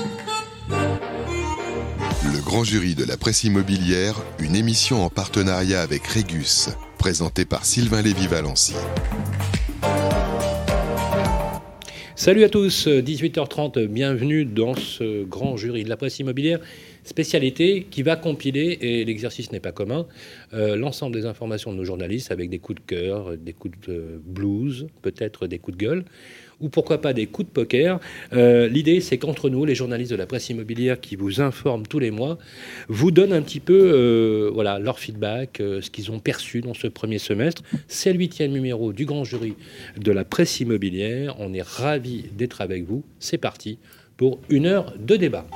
Le grand jury de la presse immobilière, une émission en partenariat avec Régus, présentée par Sylvain Lévy-Valency. Salut à tous, 18h30, bienvenue dans ce grand jury de la presse immobilière, spécialité qui va compiler, et l'exercice n'est pas commun, l'ensemble des informations de nos journalistes avec des coups de cœur, des coups de blues, peut-être des coups de gueule, ou pourquoi pas des coups de poker. L'idée, c'est qu'entre nous, les journalistes de la presse immobilière qui vous informent tous les mois, vous donnent un petit peu leur feedback, ce qu'ils ont perçu dans ce premier semestre. C'est le 8e numéro du grand jury de la presse immobilière. On est ravis d'être avec vous. C'est parti pour une heure de débat.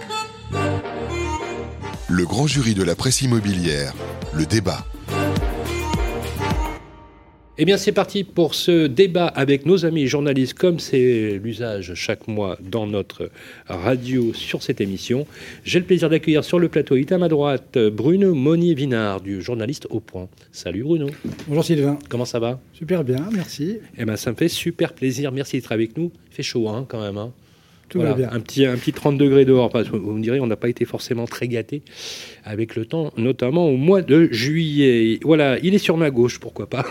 Le grand jury de la presse immobilière, le débat. Eh bien, c'est parti pour ce débat avec nos amis journalistes, comme c'est l'usage chaque mois dans notre radio sur cette émission. J'ai le plaisir d'accueillir sur le plateau, à ma droite, Bruno Monnier-Vinard, du journaliste Au Point. Salut Bruno. Bonjour Sylvain. Comment ça va ? Super bien, merci. Eh bien, ça me fait super plaisir. Merci d'être avec nous. Il fait chaud, quand même. Tout va bien. Un petit 30 degrés dehors. Vous me direz, on n'a pas été forcément très gâtés avec le temps, notamment au mois de juillet. Voilà, il est sur ma gauche, pourquoi pas.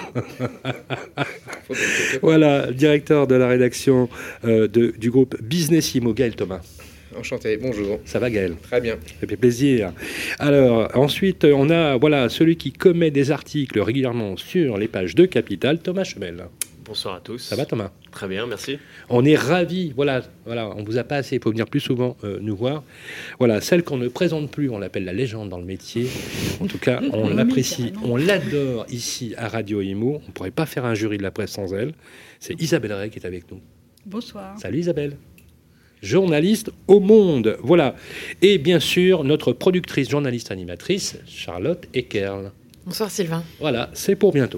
Voilà, directeur de la rédaction du groupe Business Immo, Gaël Thomas. Enchanté, bonjour. Ça va Gaël ? Très bien. Ça fait plaisir. Alors, ensuite, on a celui qui commet des articles régulièrement sur les pages de Capital, Thomas Chemel. Bonsoir à tous. Ça va Thomas ? Très bien, merci. On est ravis, voilà, on vous a pas assez, il faut venir plus souvent nous voir. Voilà, celle qu'on ne présente plus, on l'appelle la légende dans le métier. En tout cas, on l'apprécie, on l'adore ici à Radio Imo. On ne pourrait pas faire un jury de la presse sans elle. C'est Isabelle Ray qui est avec nous. Bonsoir. Salut Isabelle. Journaliste au Monde, voilà. Et bien sûr, notre productrice, journaliste, animatrice, Charlotte Eckerl. Bonsoir Sylvain. Voilà, c'est pour bientôt.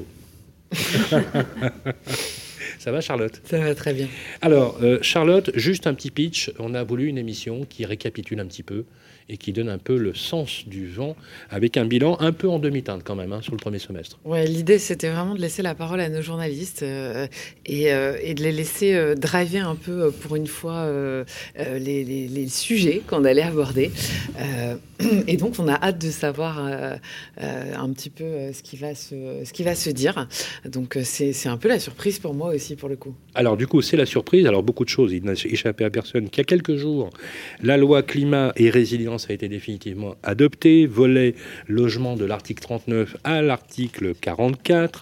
Ça va Charlotte ? Ça va très bien. Alors Charlotte, juste un petit pitch. On a voulu une émission qui récapitule un petit peu et qui donne un peu le sens du vent avec un bilan un peu en demi-teinte quand même sur le premier semestre. Ouais, l'idée c'était vraiment de laisser la parole à nos journalistes et de les laisser driver un peu pour une fois les sujets qu'on allait aborder. Et donc on a hâte de savoir un petit peu ce qui va se dire. Donc c'est un peu la surprise pour moi aussi pour le coup. Alors du coup c'est la surprise. Alors beaucoup de choses, il n'a échappé à personne qu'il y a quelques jours, la loi climat et résilience a été définitivement adoptée, volet logement de l'article 39 à l'article 44.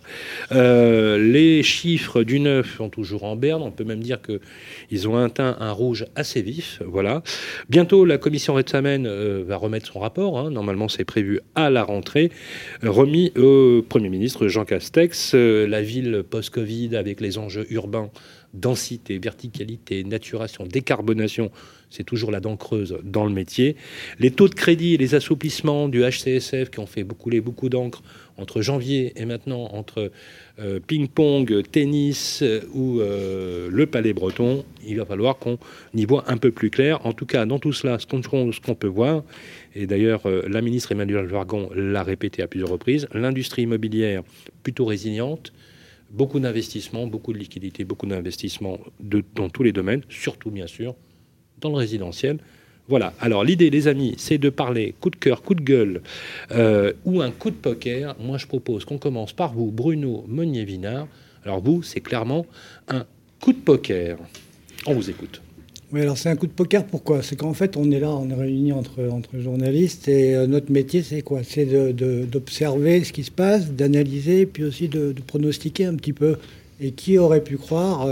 Les chiffres du neuf sont toujours en berne. On peut même dire qu'ils ont atteint un rouge assez vif. Voilà. Bientôt la commission Rebsamen va remettre son rapport. Normalement c'est prévu à la rentrée, remis au Premier ministre Jean Castex. La ville post-Covid avec les enjeux urbains, densité, verticalité, naturation, décarbonation, c'est toujours la dent creuse dans le métier. Les taux de crédit et les assouplissements du HCSF qui ont fait couler beaucoup d'encre entre janvier et maintenant, entre ping-pong, tennis ou le Palais Breton, il va falloir qu'on y voit un peu plus clair. En tout cas, dans tout cela, ce qu'on peut voir, et d'ailleurs la ministre Emmanuelle Vargon l'a répété à plusieurs reprises, l'industrie immobilière plutôt résiliente, beaucoup d'investissements, beaucoup de liquidités, beaucoup d'investissements dans tous les domaines, surtout bien sûr dans le résidentiel. Voilà. Alors l'idée, les amis, c'est de parler coup de cœur, coup de gueule ou un coup de poker. Moi, je propose qu'on commence par vous, Bruno Monnier-Vinard. Alors vous, c'est clairement un coup de poker. On vous écoute. Oui, alors c'est un coup de poker, pourquoi ? C'est qu'en fait, on est là, on est réunis entre journalistes et notre métier, c'est quoi ? C'est d'observer ce qui se passe, d'analyser, puis aussi de pronostiquer un petit peu. Et qui aurait pu croire,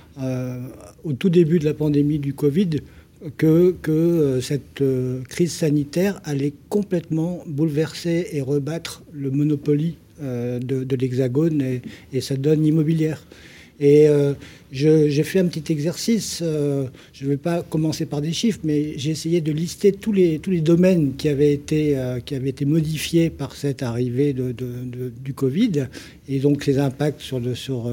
au tout début de la pandémie du Covid, que cette crise sanitaire allait complètement bouleverser et rebattre le Monopoly de l'Hexagone et sa donne immobilière. Et j'ai fait un petit exercice, je ne vais pas commencer par des chiffres, mais j'ai essayé de lister tous les domaines qui avaient été modifiés par cette arrivée du Covid, et donc ses impacts sur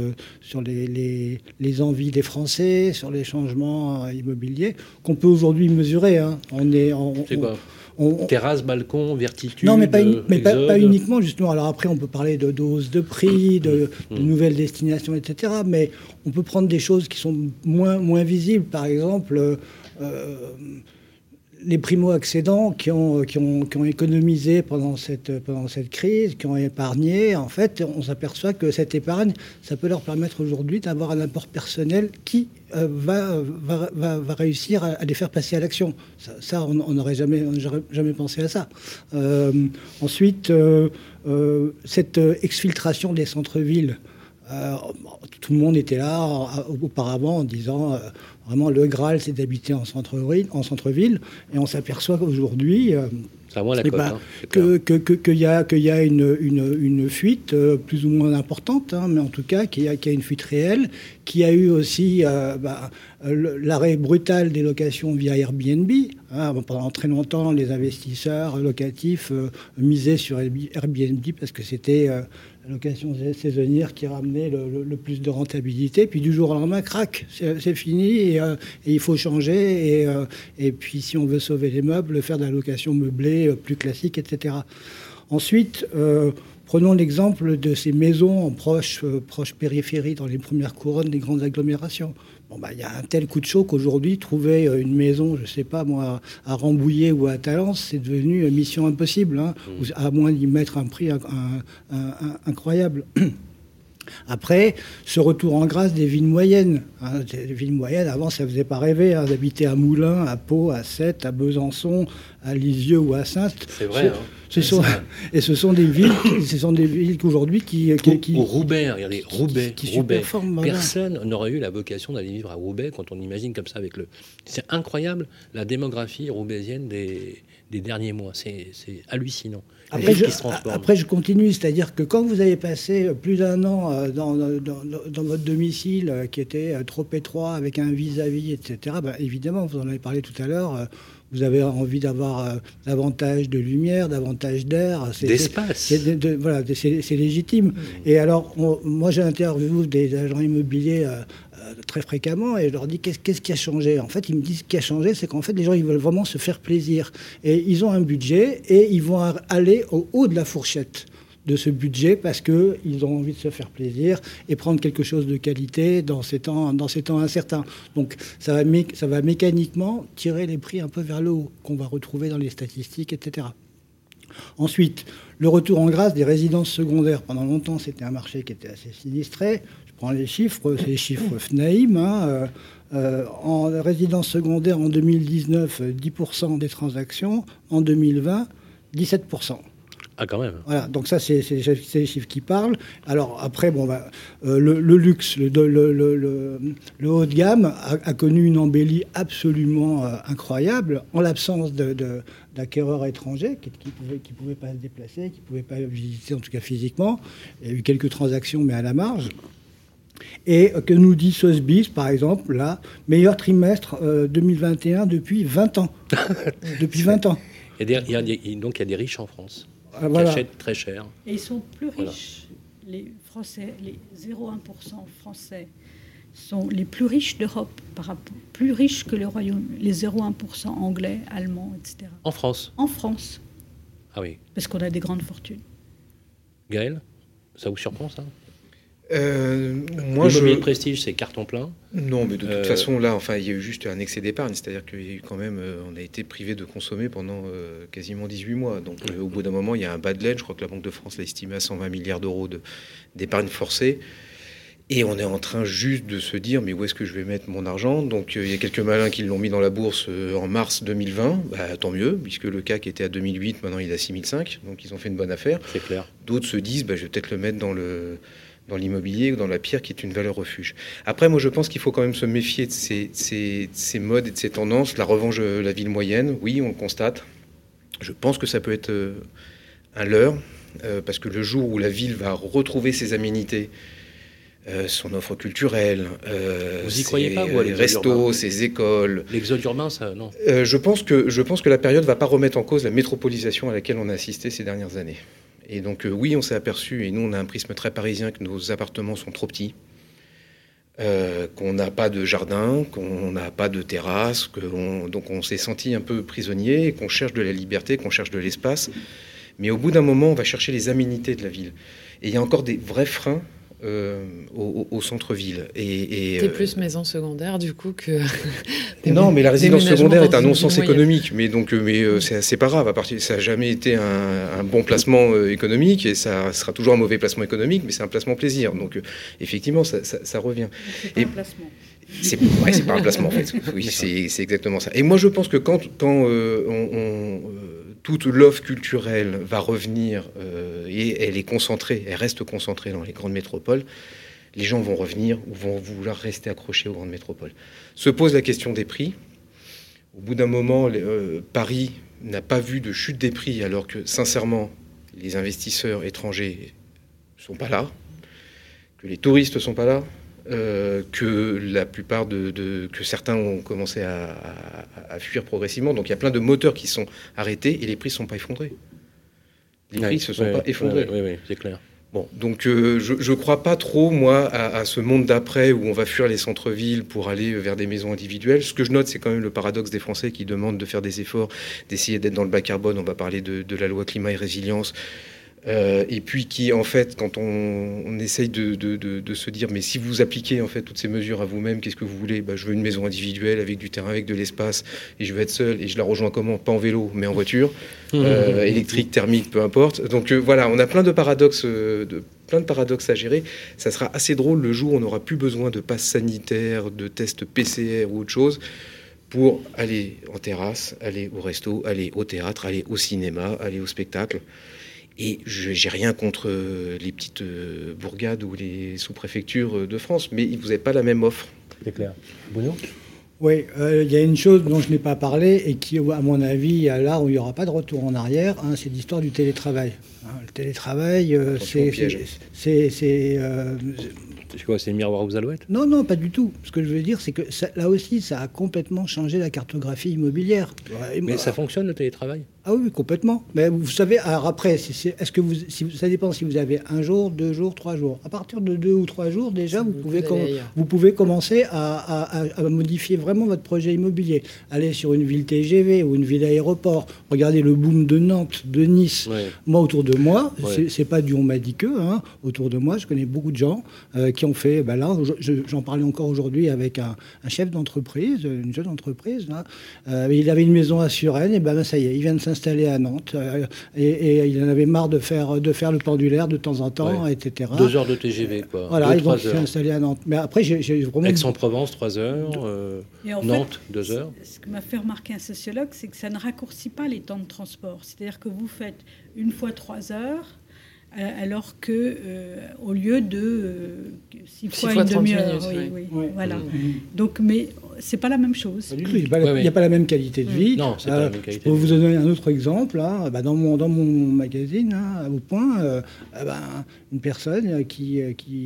les envies des Français, sur les changements immobiliers, qu'on peut aujourd'hui mesurer. C'est quoi ? Terrasse, balcon, vertitude. Non, mais pas uniquement, justement. Alors après, on peut parler de hausse de prix, de nouvelles destinations, etc. Mais on peut prendre des choses qui sont moins visibles. Par exemple, les primo-accédants qui ont économisé pendant cette crise, qui ont épargné, en fait, on s'aperçoit que cette épargne, ça peut leur permettre aujourd'hui d'avoir un apport personnel qui va réussir à les faire passer à l'action. Ça on n'aurait jamais pensé à ça. Ensuite, cette exfiltration des centres-villes, tout le monde était là auparavant en disant vraiment le Graal c'est d'habiter en centre-ville, et on s'aperçoit qu'aujourd'hui qu'il y a une fuite plus ou moins importante, mais en tout cas qu'il y a une fuite réelle, qui a eu aussi l'arrêt brutal des locations via Airbnb. Pendant très longtemps, les investisseurs locatifs misaient sur Airbnb parce que c'était la location saisonnière qui ramenait le plus de rentabilité. Puis du jour au lendemain, crac, c'est fini et il faut changer. Et puis si on veut sauver les meubles, faire de la location meublée plus classique, etc. Ensuite, prenons l'exemple de ces maisons en proche périphérie, dans les premières couronnes des grandes agglomérations. Il y a un tel coup de chaud qu'aujourd'hui, trouver une maison, je ne sais pas moi, à Rambouillet ou à Talence, c'est devenu mission impossible, à moins d'y mettre un prix incroyable. Après, ce retour en grâce des villes moyennes. Les villes moyennes, avant, ça ne faisait pas rêver d'habiter à Moulins, à Pau, à Sète, à Besançon, à Lisieux ou à Saintes. C'est vrai. Ce sont des villes qu'aujourd'hui qui ou Roubaix, regardez, Roubaix. Performent, personne n'aurait eu la vocation d'aller vivre à Roubaix quand on imagine comme ça avec C'est incroyable la démographie roubaisienne des derniers mois. C'est hallucinant. Après, je continue, c'est-à-dire que quand vous avez passé plus d'un an dans votre domicile qui était trop étroit, avec un vis-à-vis, etc., évidemment, vous en avez parlé tout à l'heure, vous avez envie d'avoir davantage de lumière, davantage d'air. D'espace. C'est légitime. Et alors, moi, j'interviewe des agents immobiliers très fréquemment et je leur dis qu'est-ce qui a changé. En fait, ils me disent ce qui a changé, c'est qu'en fait, les gens, ils veulent vraiment se faire plaisir. Et ils ont un budget et ils vont aller au haut de la fourchette de ce budget parce qu'ils ont envie de se faire plaisir et prendre quelque chose de qualité dans ces temps incertains. Donc ça va mécaniquement tirer les prix un peu vers le haut, qu'on va retrouver dans les statistiques, etc. Ensuite, le retour en grâce des résidences secondaires. Pendant longtemps, c'était un marché qui était assez sinistré. Je prends les chiffres, c'est les chiffres FNAIM. En résidence secondaire, en 2019, 10% des transactions. En 2020, 17%. Ah, quand même. Voilà, donc ça, c'est les chiffres qui parlent. Alors après, le luxe, le haut de gamme a connu une embellie absolument incroyable en l'absence d'acquéreurs étrangers qui pouvaient pas se déplacer, qui pouvaient pas visiter, en tout cas physiquement. Il y a eu quelques transactions, mais à la marge. Et que nous dit Sotheby's, par exemple, là, meilleur trimestre 2021 depuis 20 ans. Depuis 20 ans. Donc il y a des riches en France. Qui achètent très cher. Et ils sont plus riches. Les Français, les 0,1% français sont les plus riches d'Europe, plus riches que le Royaume. Les 0,1% anglais, allemands, etc. En France. En France. Ah oui. Parce qu'on a des grandes fortunes. Gaël, ça vous surprend ça? Moi, l'immobilier de prestige, c'est carton plein. Non, mais de toute façon, là, il y a eu juste un excès d'épargne. C'est-à-dire qu'il y a eu quand même, on a été privé de consommer pendant quasiment 18 mois. Donc, au bout d'un moment, il y a un bas de laine. Je crois que la Banque de France l'a estimé à 120 milliards d'euros d'épargne forcée. Et on est en train juste de se dire, mais où est-ce que je vais mettre mon argent? Donc, il y a quelques malins qui l'ont mis dans la bourse en mars 2020. Tant mieux, puisque le CAC était à 2008, maintenant il est à 6005. Donc, ils ont fait une bonne affaire. C'est clair. D'autres se disent, je vais peut-être le mettre dans l'immobilier ou dans la pierre, qui est une valeur refuge. Après, moi, je pense qu'il faut quand même se méfier de ces modes et de ces tendances. La revanche de la ville moyenne, oui, on le constate. Je pense que ça peut être un leurre, parce que le jour où la ville va retrouver ses aménités, son offre culturelle, vous y croyez pas, vous, les restos, ses écoles... L'exode urbain, ça, non. Je pense que la période ne va pas remettre en cause la métropolisation à laquelle on a assisté ces dernières années. Et donc, oui, on s'est aperçu, et nous, on a un prisme très parisien, que nos appartements sont trop petits, qu'on n'a pas de jardin, qu'on n'a pas de terrasse, donc on s'est senti un peu prisonnier, qu'on cherche de la liberté, qu'on cherche de l'espace. Mais au bout d'un moment, on va chercher les aménités de la ville. Et il y a encore des vrais freins au centre-ville. C'est plus maison secondaire du coup que... Non, mais la résidence secondaire est un non-sens moyenne. économique. C'est pas grave. Ça n'a jamais été un bon placement économique et ça sera toujours un mauvais placement économique, mais c'est un placement plaisir. Donc effectivement, ça revient. C'est pas un placement. C'est pas un placement en fait. Oui, c'est exactement ça. Et moi, je pense que quand toute l'offre culturelle va revenir et elle est concentrée, elle reste concentrée dans les grandes métropoles, les gens vont revenir ou vont vouloir rester accrochés aux grandes métropoles. Se pose la question des prix. Au bout d'un moment, Paris n'a pas vu de chute des prix alors que, sincèrement, les investisseurs étrangers ne sont pas là, que les touristes ne sont pas là, que la plupart que certains ont commencé à fuir progressivement. Donc il y a plein de moteurs qui sont arrêtés et les prix ne sont pas effondrés. Les prix ne se sont pas effondrés. Oui, c'est clair. Bon, donc je crois pas trop, moi, à ce monde d'après où on va fuir les centres-villes pour aller vers des maisons individuelles. Ce que je note, c'est quand même le paradoxe des Français qui demandent de faire des efforts, d'essayer d'être dans le bas carbone. On va parler de la loi climat et résilience. Et puis qui, en fait, quand on essaye de se dire, mais si vous appliquez en fait toutes ces mesures à vous-même, qu'est-ce que vous voulez ? Je veux une maison individuelle avec du terrain, avec de l'espace, et je veux être seul, et je la rejoins comment ? Pas en vélo, mais en voiture, électrique, thermique, peu importe. Donc voilà, on a plein de paradoxes à gérer. Ça sera assez drôle le jour où on n'aura plus besoin de passe sanitaire, de tests PCR ou autre chose pour aller en terrasse, aller au resto, aller au théâtre, aller au cinéma, aller au spectacle. Et je n'ai rien contre les petites bourgades ou les sous-préfectures de France, mais vous n'avez pas la même offre. C'est clair. Bruno ? Oui, il y a une chose dont je n'ai pas parlé et qui, à mon avis, là où il n'y aura pas de retour en arrière, c'est l'histoire du télétravail. Le télétravail, C'est quoi, c'est le miroir aux alouettes ? Non, pas du tout. Ce que je veux dire, c'est que là aussi, ça a complètement changé la cartographie immobilière. Mais ça fonctionne, le télétravail ? Ah oui, complètement. Mais vous savez, alors après, ça dépend si vous avez 1 jour, 2 jours, 3 jours. À partir de 2 ou 3 jours, déjà, vous pouvez commencer à modifier vraiment votre projet immobilier. Aller sur une ville TGV ou une ville aéroport. Regardez le boom de Nantes, de Nice. Ouais. Moi, autour de moi, c'est pas du on m'a dit que. Autour de moi, je connais beaucoup de gens qui ont fait... là, j'en parlais encore aujourd'hui avec un chef d'entreprise, une jeune entreprise. Là. Il avait une maison à Suresnes, et ça y est, il vient de s'installer à Nantes. Et il en avait marre de faire le pendulaire de temps en temps, etc. 2 heures de TGV, quoi. Voilà, il s'est installé à Nantes. Mais après, j'ai vraiment... Aix-en-Provence, 3 heures. Nantes, 2 heures. Ce que m'a fait remarquer un sociologue, c'est que ça ne raccourcit pas les temps de transport. C'est-à-dire que vous faites une fois 3 heures... alors que au lieu de 6 fois une demi-heure, voilà. Donc, mais c'est pas la même chose. Il n'y a pas la même qualité de vie. Non, c'est pas la même qualité. Je peux vous donner un autre exemple. Dans mon magazine, au Point, une personne qui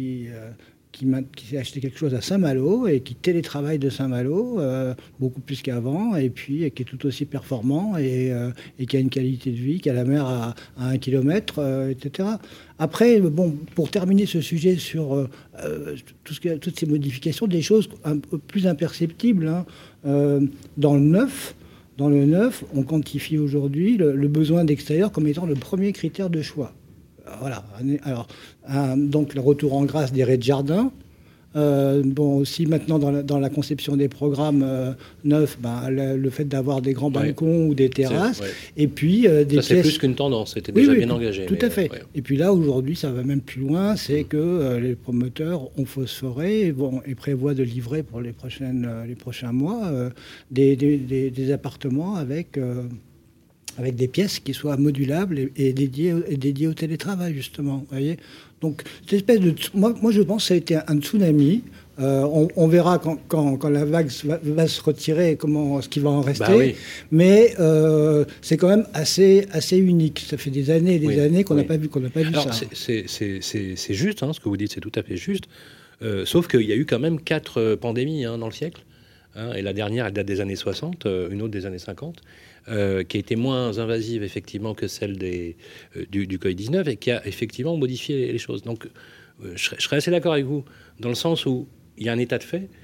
s'est acheté quelque chose à Saint-Malo et qui télétravaille de Saint-Malo beaucoup plus qu'avant, et puis qui est tout aussi performant et qui a une qualité de vie, qui a la mer à 1 kilomètre, etc. Après, pour terminer ce sujet sur toutes ces modifications, des choses un peu plus imperceptibles, dans le neuf, on quantifie aujourd'hui le besoin d'extérieur comme étant le premier critère de choix. Voilà. Alors, donc le retour en grâce des raies de jardin. Aussi maintenant dans la conception des programmes neufs, le fait d'avoir des grands balcons ou des terrasses, et puis des pièces... c'est plus qu'une tendance, c'était déjà bien engagé. Tout à fait. Et puis là, aujourd'hui, ça va même plus loin, c'est que les promoteurs ont phosphoré et prévoient de livrer pour les prochains mois des appartements avec des pièces qui soient modulables et dédiées au télétravail, justement. Vous voyez ? Donc, cette espèce de... Moi, je pense que ça a été un tsunami. On verra quand la vague va se retirer, ce qui va en rester. Mais c'est quand même assez unique. Ça fait des années et des années qu'on n'a pas vu Alors, ça. C'est juste, ce que vous dites, c'est tout à fait juste. Sauf qu'il y a eu quand même 4 pandémies dans le siècle. Et la dernière, elle date des années 60, une autre des années 50. Qui a été moins invasive effectivement que celle du Covid-19 et qui a effectivement modifié les choses. Donc je serais assez d'accord avec vous dans le sens où il y a un état de fait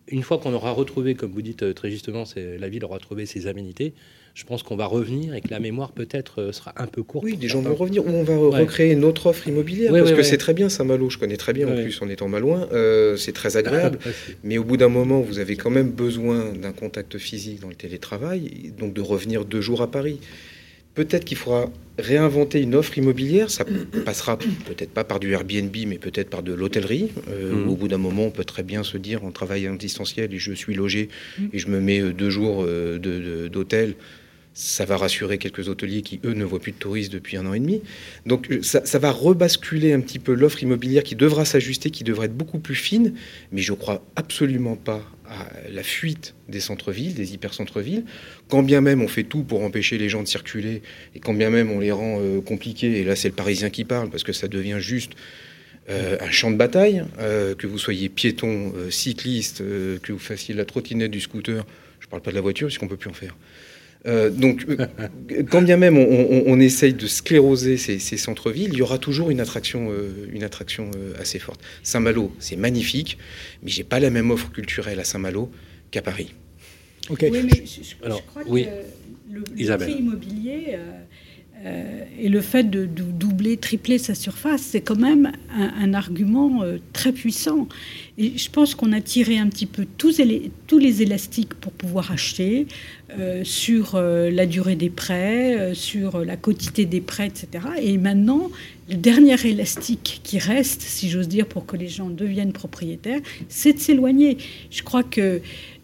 une fois qu'on aura retrouvé, comme vous dites très justement, la ville aura retrouvé ses aménités, je pense qu'on va revenir et que la mémoire peut-être sera un peu courte. Oui, des gens vont revenir, ou on va recréer notre offre immobilière, parce que c'est très bien Saint-Malo, je connais très bien en plus en étant malouin, c'est très agréable, mais au bout d'un moment, vous avez quand même besoin d'un contact physique dans le télétravail, donc de revenir 2 jours à Paris. Peut-être qu'il faudra réinventer une offre immobilière, ça passera peut-être pas par du Airbnb, mais peut-être par de l'hôtellerie, où au bout d'un moment, on peut très bien se dire, on travaille en distanciel et je suis logé, et je me mets 2 jours d'hôtel. Ça va rassurer quelques hôteliers qui, eux, ne voient plus de touristes depuis 1 an et demi. Donc ça va rebasculer un petit peu l'offre immobilière qui devra s'ajuster, qui devrait être beaucoup plus fine, mais je ne crois absolument pas à la fuite des centres-villes, des hyper-centres-villes, quand bien même on fait tout pour empêcher les gens de circuler, et quand bien même on les rend compliqués, et là c'est le Parisien qui parle, parce que ça devient juste un champ de bataille, que vous soyez piéton, cycliste, que vous fassiez de la trottinette, du scooter, je ne parle pas de la voiture, puisqu'on ne peut plus en faire. Donc, quand bien même on essaye de scléroser ces centres-villes, il y aura toujours une attraction assez forte. Saint-Malo, c'est magnifique, mais j'ai pas la même offre culturelle à Saint-Malo qu'à Paris. Okay. Oui, mais je crois que le prix immobilier et le fait de doubler, tripler sa surface, c'est quand même un argument très puissant. Et je pense qu'on a tiré un petit peu tous les élastiques pour pouvoir acheter, sur la durée des prêts, sur la quotité des prêts, etc. Et maintenant, le dernier élastique qui reste, si j'ose dire, pour que les gens deviennent propriétaires, c'est de s'éloigner. Je crois que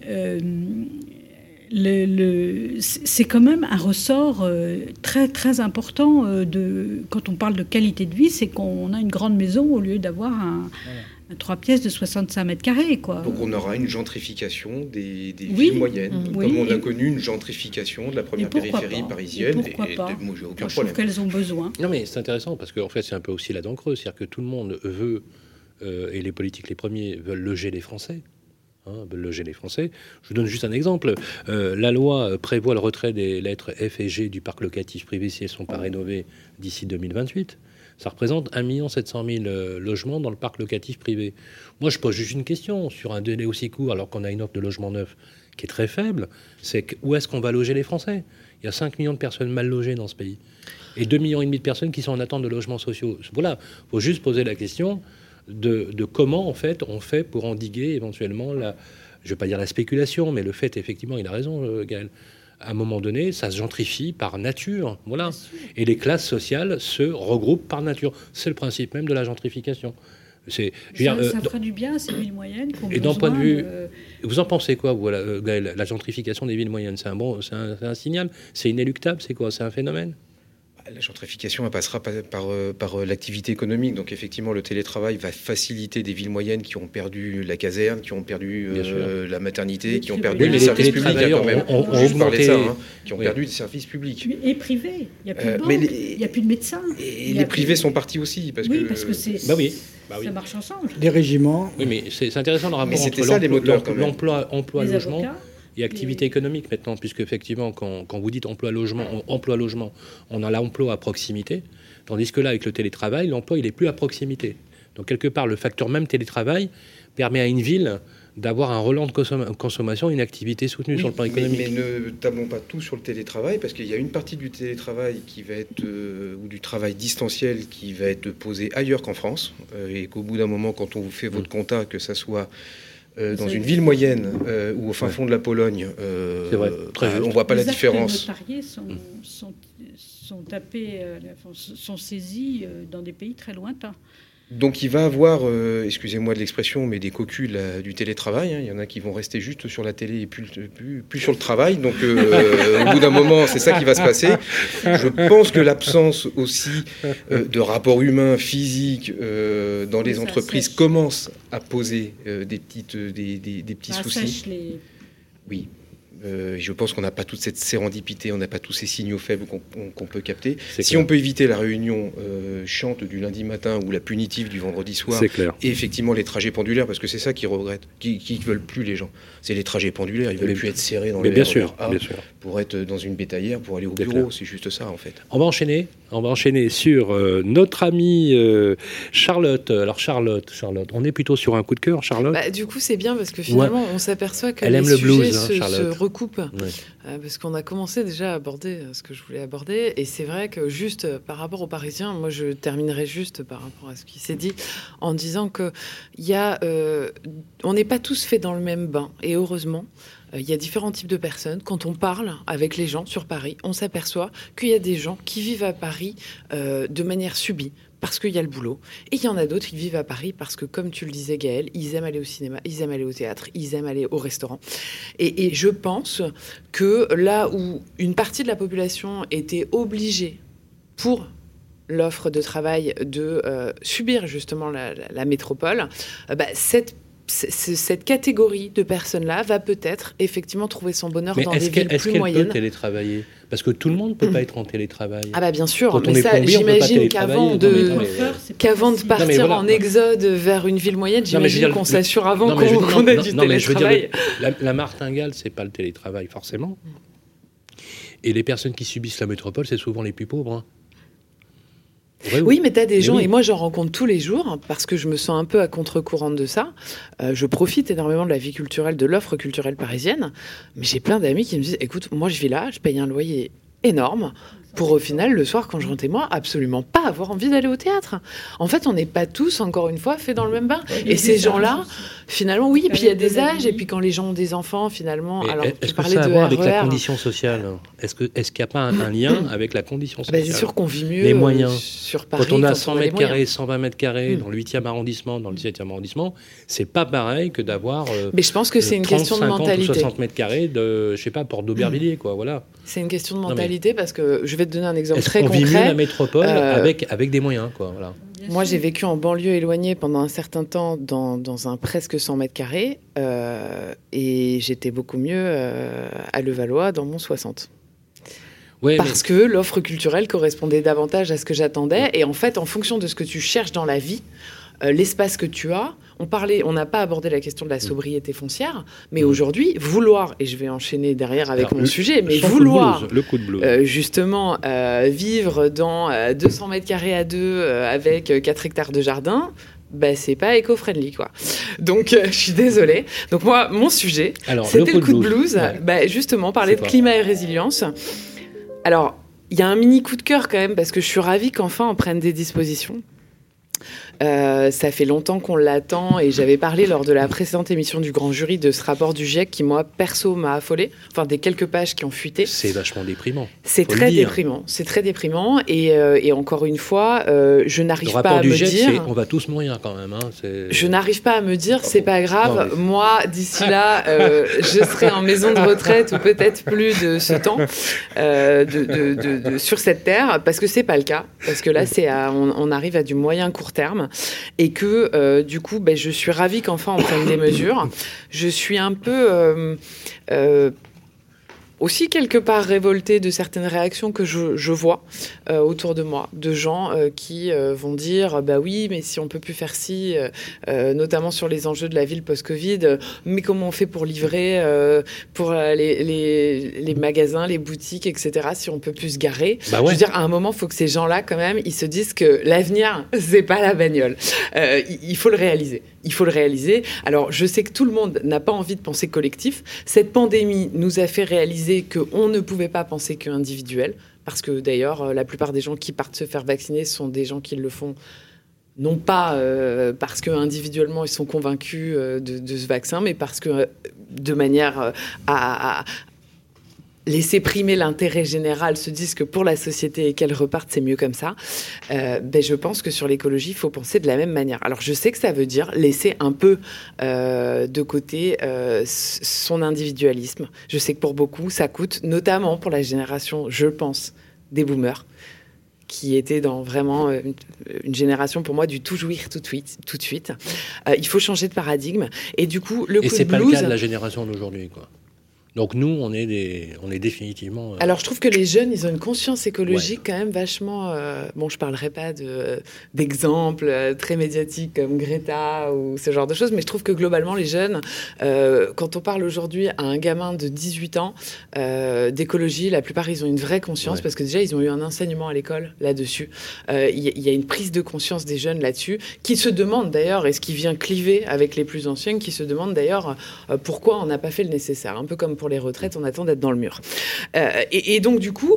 c'est quand même un ressort très, très important quand on parle de qualité de vie, c'est qu'on a une grande maison au lieu d'avoir un 3 pièces de 65 mètres carrés, quoi. Donc on aura une gentrification des villes moyennes, comme on a connu une gentrification de la première périphérie parisienne. Pourquoi pas ? Moi, j'ai aucun problème. Je trouve qu'elles ont besoin. Non, mais c'est intéressant parce qu'en fait, c'est un peu aussi la dent creuse. C'est-à-dire que tout le monde veut, et les politiques les premiers, veulent loger les Français. Loger les Français. Je vous donne juste un exemple. La loi prévoit le retrait des lettres F et G du parc locatif privé si elles ne sont pas rénovées d'ici 2028. Ça représente 1 700 000 logements dans le parc locatif privé. Moi, je pose juste une question sur un délai aussi court, alors qu'on a une offre de logement neuf qui est très faible. C'est où est-ce qu'on va loger les Français ? Il y a 5 millions de personnes mal logées dans ce pays. Et 2,5 millions de personnes qui sont en attente de logements sociaux. Voilà, il faut juste poser la question de comment, en fait, on fait pour endiguer éventuellement je ne vais pas dire la spéculation, mais le fait, effectivement, il a raison, Gaël. À un moment donné, ça se gentrifie par nature, voilà. Et les classes sociales se regroupent par nature. C'est le principe même de la gentrification. Ça fera du bien à ces villes moyennes. Et d'un point de vue, vous en pensez quoi, vous, la gentrification des villes moyennes ? C'est un signal ? C'est inéluctable ? C'est quoi ? C'est un phénomène ? La gentrification, elle passera par l'activité économique. Donc effectivement, le télétravail va faciliter des villes moyennes qui ont perdu la caserne, qui ont perdu la maternité, qui ont perdu les services publics. Qui ont perdu des services publics. Et privés. Il n'y a plus de banques, il n'y a plus de médecins. Et les privés sont partis aussi. Parce que ça marche ensemble. Des régiments. Oui, mais c'est intéressant le rapport entre l'emploi, logement et activité économique maintenant, puisque effectivement, quand vous dites emploi-logement, on a l'emploi à proximité, tandis que là, avec le télétravail, l'emploi, il n'est plus à proximité. Donc, quelque part, le facteur même télétravail permet à une ville d'avoir un relent de consommation, une activité soutenue sur le plan économique. Mais ne tablons pas tout sur le télétravail, parce qu'il y a une partie du télétravail qui va être, ou du travail distanciel qui va être posé ailleurs qu'en France, et qu'au bout d'un moment, quand on vous fait votre compta, que ça soit dans une ville moyenne ou au fin fond de la Pologne, c'est vrai, on ne voit pas la différence. Les notariés sont tapés, sont saisis dans des pays très lointains. Donc il va avoir, excusez-moi de l'expression, mais des cocus du télétravail. Il y en a qui vont rester juste sur la télé et plus sur le travail. Donc au bout d'un moment, c'est ça qui va se passer. Je pense que l'absence aussi de rapports humains, physiques dans les entreprises commence à poser des petits soucis. Oui. Je pense qu'on n'a pas toute cette sérendipité, on n'a pas tous ces signaux faibles qu'on peut capter. Si on peut éviter la réunion chiante du lundi matin ou la punitive du vendredi soir, et effectivement les trajets pendulaires, parce que c'est ça qu'ils regrettent, qui veulent plus les gens. C'est les trajets pendulaires, ils veulent plus être serrés dans les RER A pour être dans une bétaillère, pour aller au bureau. C'est juste ça en fait. On va enchaîner, On va enchaîner sur notre amie Charlotte. Alors Charlotte, on est plutôt sur un coup de cœur, Charlotte. Du coup, c'est bien parce que finalement, on s'aperçoit que elle les aime le sujets blues, se recoupent. Ouais. Parce qu'on a commencé déjà à aborder ce que je voulais aborder. Et c'est vrai que juste par rapport aux Parisiens, moi je terminerai juste par rapport à ce qui s'est dit en disant que on n'est pas tous faits dans le même bain. Et heureusement, il y a différents types de personnes. Quand on parle avec les gens sur Paris, on s'aperçoit qu'il y a des gens qui vivent à Paris de manière subie, parce qu'il y a le boulot. Et il y en a d'autres qui vivent à Paris parce que, comme tu le disais, Gaël, ils aiment aller au cinéma, ils aiment aller au théâtre, ils aiment aller au restaurant. Et je pense que là où une partie de la population était obligée, pour l'offre de travail, de subir justement la métropole, cette catégorie de personnes-là va peut-être effectivement trouver son bonheur dans des villes plus moyennes. Est-ce qu'elle peut télétravailler ? Parce que tout le monde ne peut pas être en télétravail. Ah bah bien sûr, quand mais ça, j'imagine qu'avant de partir en exode vers une ville moyenne, j'imagine qu'on s'assure avant qu'on ait du télétravail. La martingale, c'est pas le télétravail forcément. Et les personnes qui subissent la métropole, c'est souvent les plus pauvres. Hein. Oui, mais tu as des gens, et moi j'en rencontre tous les jours, parce que je me sens un peu à contre-courant de ça. Je profite énormément de la vie culturelle, de l'offre culturelle parisienne, mais j'ai plein d'amis qui me disent, écoute, moi je vis là, je paye un loyer énorme, pour au final, le soir, quand je rentre chez moi, absolument pas avoir envie d'aller au théâtre. En fait, on n'est pas tous, encore une fois, faits dans le même bain. Et ces gens-là, finalement, oui, et puis il y a des âges, et puis quand les gens ont des enfants, finalement... Alors, est-ce que ça a à voir avec la condition sociale ? Est-ce qu'il n'y a pas un lien avec la condition sociale ? C'est sûr qu'on vit mieux les moyens. Sur Paris. Quand on a 100 mètres carrés, 120 mètres carrés, dans le 8e arrondissement, dans le 17e arrondissement, c'est pas pareil que d'avoir... mais je pense que c'est une question de mentalité. 30, 60 mètres carrés de, je sais pas, Porte d'Aubervilliers, quoi, voilà. C'est une question de mentalité, parce que je vais te donner un exemple très concret. On vit mieux la métropole avec des moyens, quoi, voilà. Moi, j'ai vécu en banlieue éloignée pendant un certain temps dans un presque 100 mètres carrés et j'étais beaucoup mieux à Levallois dans mon 60. Ouais, parce que l'offre culturelle correspondait davantage à ce que j'attendais. Et en fait, en fonction de ce que tu cherches dans la vie, l'espace que tu as, on n'a pas abordé la question de la sobriété foncière, mais aujourd'hui, vouloir, et je vais enchaîner derrière avec mon sujet, mais vouloir le coup de blues. Justement vivre dans 200 mètres carrés à deux avec 4 hectares de jardin, c'est pas éco-friendly, quoi. Donc, je suis désolée. Donc, moi, mon sujet, c'était le coup de blues. Justement, parler de climat et résilience. Alors, il y a un mini coup de cœur quand même, parce que je suis ravie qu'enfin on prenne des dispositions. Ça fait longtemps qu'on l'attend et j'avais parlé lors de la précédente émission du Grand Jury de ce rapport du GIEC qui, moi, perso, m'a affolé. Enfin, des quelques pages qui ont fuité. C'est vachement déprimant. C'est très déprimant. C'est très déprimant et encore une fois, je n'arrive pas à me dire... On va tous mourir quand même. Hein, je n'arrive pas à me dire, c'est pas grave. Non, mais... Moi, d'ici là, je serai en maison de retraite ou peut-être plus de ce temps sur cette terre, parce que c'est pas le cas. Parce que là, on arrive à du moyen court terme. Et que, du coup, je suis ravie qu'enfin on prenne des mesures. Je suis un peu aussi quelque part révoltée de certaines réactions que je vois autour de moi, de gens qui vont dire oui, mais si on peut plus faire ci, notamment sur les enjeux de la ville post-Covid, mais comment on fait pour livrer pour les magasins, les boutiques, etc., si on peut plus se garer. Je veux dire, à un moment, il faut que ces gens-là, quand même, ils se disent que l'avenir, c'est pas la bagnole. Il faut le réaliser. Il faut le réaliser. Alors, je sais que tout le monde n'a pas envie de penser collectif. Cette pandémie nous a fait réaliser qu'on ne pouvait pas penser qu'individuel, parce que d'ailleurs, la plupart des gens qui partent se faire vacciner sont des gens qui le font non pas parce qu'individuellement ils sont convaincus de ce vaccin, mais parce que de manière à laisser primer l'intérêt général, se disent que pour la société et qu'elle reparte, c'est mieux comme ça. Je pense que sur l'écologie, il faut penser de la même manière. Alors, je sais que ça veut dire laisser un peu de côté son individualisme. Je sais que pour beaucoup, ça coûte, notamment pour la génération, je pense, des boomers, qui était dans vraiment une génération, pour moi, du tout jouir tout de suite. Il faut changer de paradigme. Et du coup, le coup de blues... Et c'est pas le cas de la génération d'aujourd'hui, quoi. Donc nous, on est définitivement... Alors je trouve que les jeunes, ils ont une conscience écologique quand même vachement... Bon, je parlerai pas d'exemples très médiatiques comme Greta ou ce genre de choses, mais je trouve que globalement, les jeunes, quand on parle aujourd'hui à un gamin de 18 ans d'écologie, la plupart, ils ont une vraie conscience parce que déjà, ils ont eu un enseignement à l'école là-dessus. Il y a une prise de conscience des jeunes là-dessus qui se demandent d'ailleurs, et ce qui vient cliver avec les plus anciens, qui se demandent d'ailleurs pourquoi on n'a pas fait le nécessaire. Un peu comme pour les retraites, on attend d'être dans le mur. Et donc, du coup,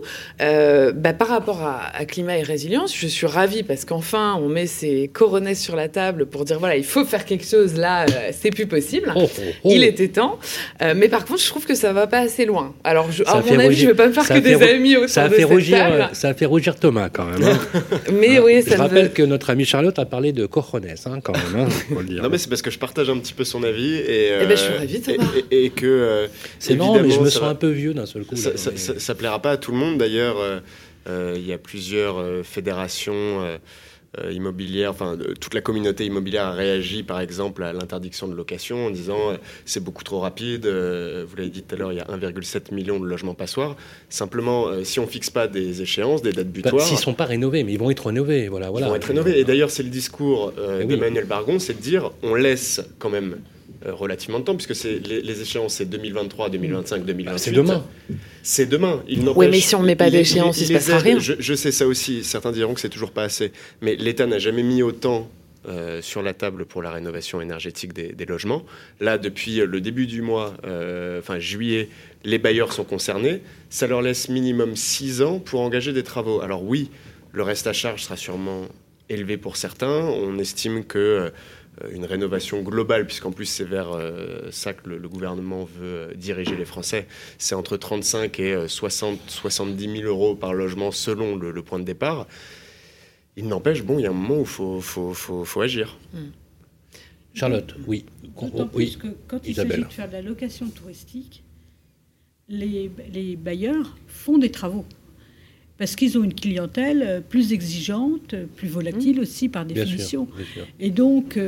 par rapport à climat et résilience, je suis ravie parce qu'enfin, on met ces coronesses sur la table pour dire, voilà, il faut faire quelque chose, là, c'est plus possible. Il était temps. Mais par contre, je trouve que ça va pas assez loin. Alors, à mon avis, je vais pas me faire que des amis autour de cette table. Ça a fait rougir Thomas, quand même. Hein. Mais oui, je rappelle que notre amie Charlotte a parlé de coronesses, quand même, faut le dire. Non, mais c'est parce que je partage un petit peu son avis. Je suis ravie, Thomas. Et que... c'est marrant, mais je me sens un peu vieux d'un seul coup. Ça plaira pas à tout le monde, d'ailleurs. Il y a plusieurs fédérations immobilières, toute la communauté immobilière a réagi, par exemple, à l'interdiction de location en disant c'est beaucoup trop rapide. Vous l'avez dit tout à l'heure, il y a 1,7 million de logements passoires. Simplement, si on fixe pas des échéances, des dates butoirs... s'ils sont pas rénovés, mais ils vont être rénovés. Voilà. Ils vont être rénovés. Et d'ailleurs, c'est le discours d'Emmanuel Bargon, c'est de dire on laisse quand même relativement de temps, puisque les échéances, c'est 2023, 2025, 2028. C'est demain. C'est demain. Oui, mais si on ne met pas d'échéance, il ne se passera rien. Je sais ça aussi. Certains diront que c'est toujours pas assez. Mais l'État n'a jamais mis autant sur la table pour la rénovation énergétique des logements. Là, depuis le début du mois, juillet, les bailleurs sont concernés. Ça leur laisse minimum 6 ans pour engager des travaux. Alors oui, le reste à charge sera sûrement élevé pour certains. On estime que une rénovation globale, puisqu'en plus c'est vers ça que le gouvernement veut diriger les Français, c'est entre 35 et 70 000 euros par logement selon le point de départ. Il n'empêche, il y a un moment où il faut agir. Charlotte, oui. D'autant plus que quand il s'agit de faire de la location touristique, les bailleurs font des travaux. Parce qu'ils ont une clientèle plus exigeante, plus volatile aussi par définition. Bien sûr. Et donc,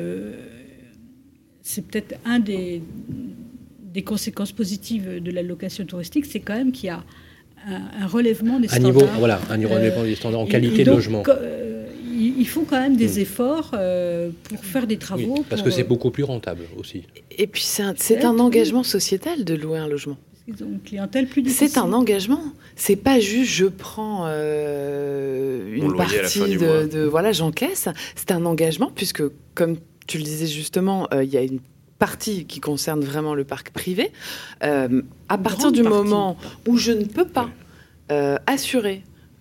c'est peut-être un des conséquences positives de la location touristique, c'est quand même qu'il y a un relèvement des standards. Un relèvement des standards en qualité de logement. Ils font quand même des efforts pour faire des travaux. Oui, parce que c'est beaucoup plus rentable aussi. Et puis c'est un engagement sociétal de louer un logement. Ils ont une clientèle plus difficile. C'est un engagement. C'est pas juste je prends une partie de j'encaisse. C'est un engagement puisque, comme tu le disais justement, il y a une partie qui concerne vraiment le parc privé. À partir du moment où je ne peux pas assurer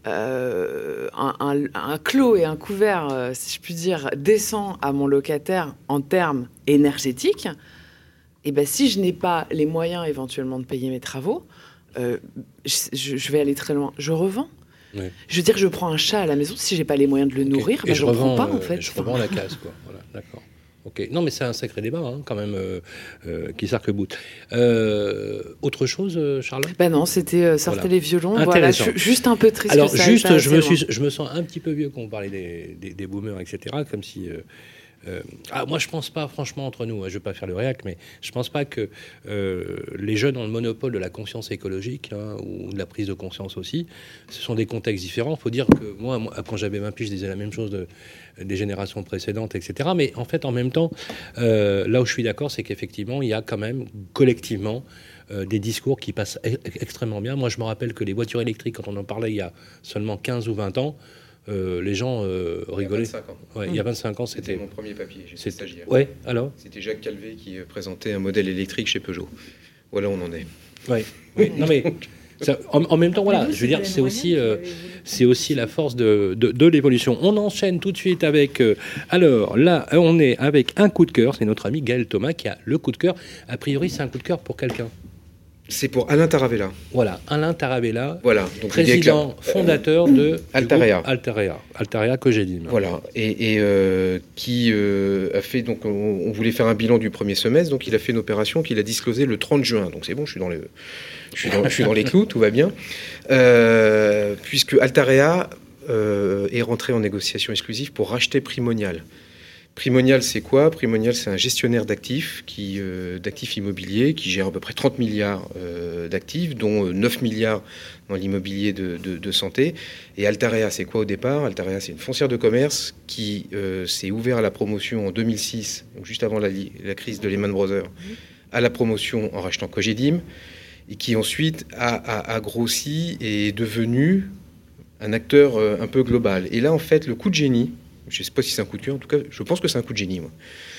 un clos et un couvert, si je puis dire, décent à mon locataire en termes énergétiques, et si je n'ai pas les moyens éventuellement de payer mes travaux, je vais aller très loin. Je revends. Oui. Je veux dire, je prends un chat à la maison, si j'ai pas les moyens de le nourrir, je ne revends pas en fait. Je revends la case, quoi. Voilà, d'accord. Ok. Non, mais c'est un sacré débat, quand même, qui s'arc-boute. Autre chose, Charlotte ? Non, c'était sortez les violons. Voilà, juste un peu triste. Alors, juste, je me sens un petit peu vieux quand on parlait des boomers, etc., comme si... moi, je pense pas, franchement, entre nous, je vais pas faire le réac, mais je pense pas que les jeunes ont le monopole de la conscience écologique ou de la prise de conscience aussi. Ce sont des contextes différents. Il faut dire que moi, quand j'avais 20 piges, je disais la même chose des générations précédentes, etc. Mais en fait, en même temps, là où je suis d'accord, c'est qu'effectivement, il y a quand même collectivement des discours qui passent extrêmement bien. Moi, je me rappelle que les voitures électriques, quand on en parlait il y a seulement 15 ou 20 ans, les gens rigolaient. Il y a 25 ans, c'était mon premier papier, j'étais stagiaire. Ouais, alors c'était Jacques Calvé qui présentait un modèle électrique chez Peugeot. Voilà où on en est. Oui. Non mais ça, en même temps, voilà, je veux dire, c'est aussi la force de l'évolution. On enchaîne tout de suite avec. Alors là, on est avec un coup de cœur. C'est notre ami Gaël Thomas qui a le coup de cœur. A priori, c'est un coup de cœur pour quelqu'un. C'est pour Alain Taravella. Voilà, Alain Taravella, donc président fondateur de Altarea. Altarea que j'ai dit. Voilà, et qui a fait, donc on voulait faire un bilan du premier semestre, donc il a fait une opération qu'il a disclosée le 30 juin. Donc c'est bon, je suis dans les clous, tout va bien. Puisque Altarea est rentré en négociation exclusive pour racheter Primonial. Primonial, c'est quoi? Primonial, c'est un gestionnaire d'actifs d'actifs immobiliers qui gère à peu près 30 milliards d'actifs, dont 9 milliards dans l'immobilier de santé. Et Altarea, c'est quoi au départ? Altarea, c'est une foncière de commerce qui s'est ouverte à la promotion en 2006, donc juste avant la crise de Lehman Brothers, à la promotion en rachetant Cogedim, et qui ensuite a grossi et est devenu un acteur un peu global. Et là, en fait, le coup de génie, je ne sais pas si c'est un coup de cœur, en tout cas, je pense que c'est un coup de génie, moi.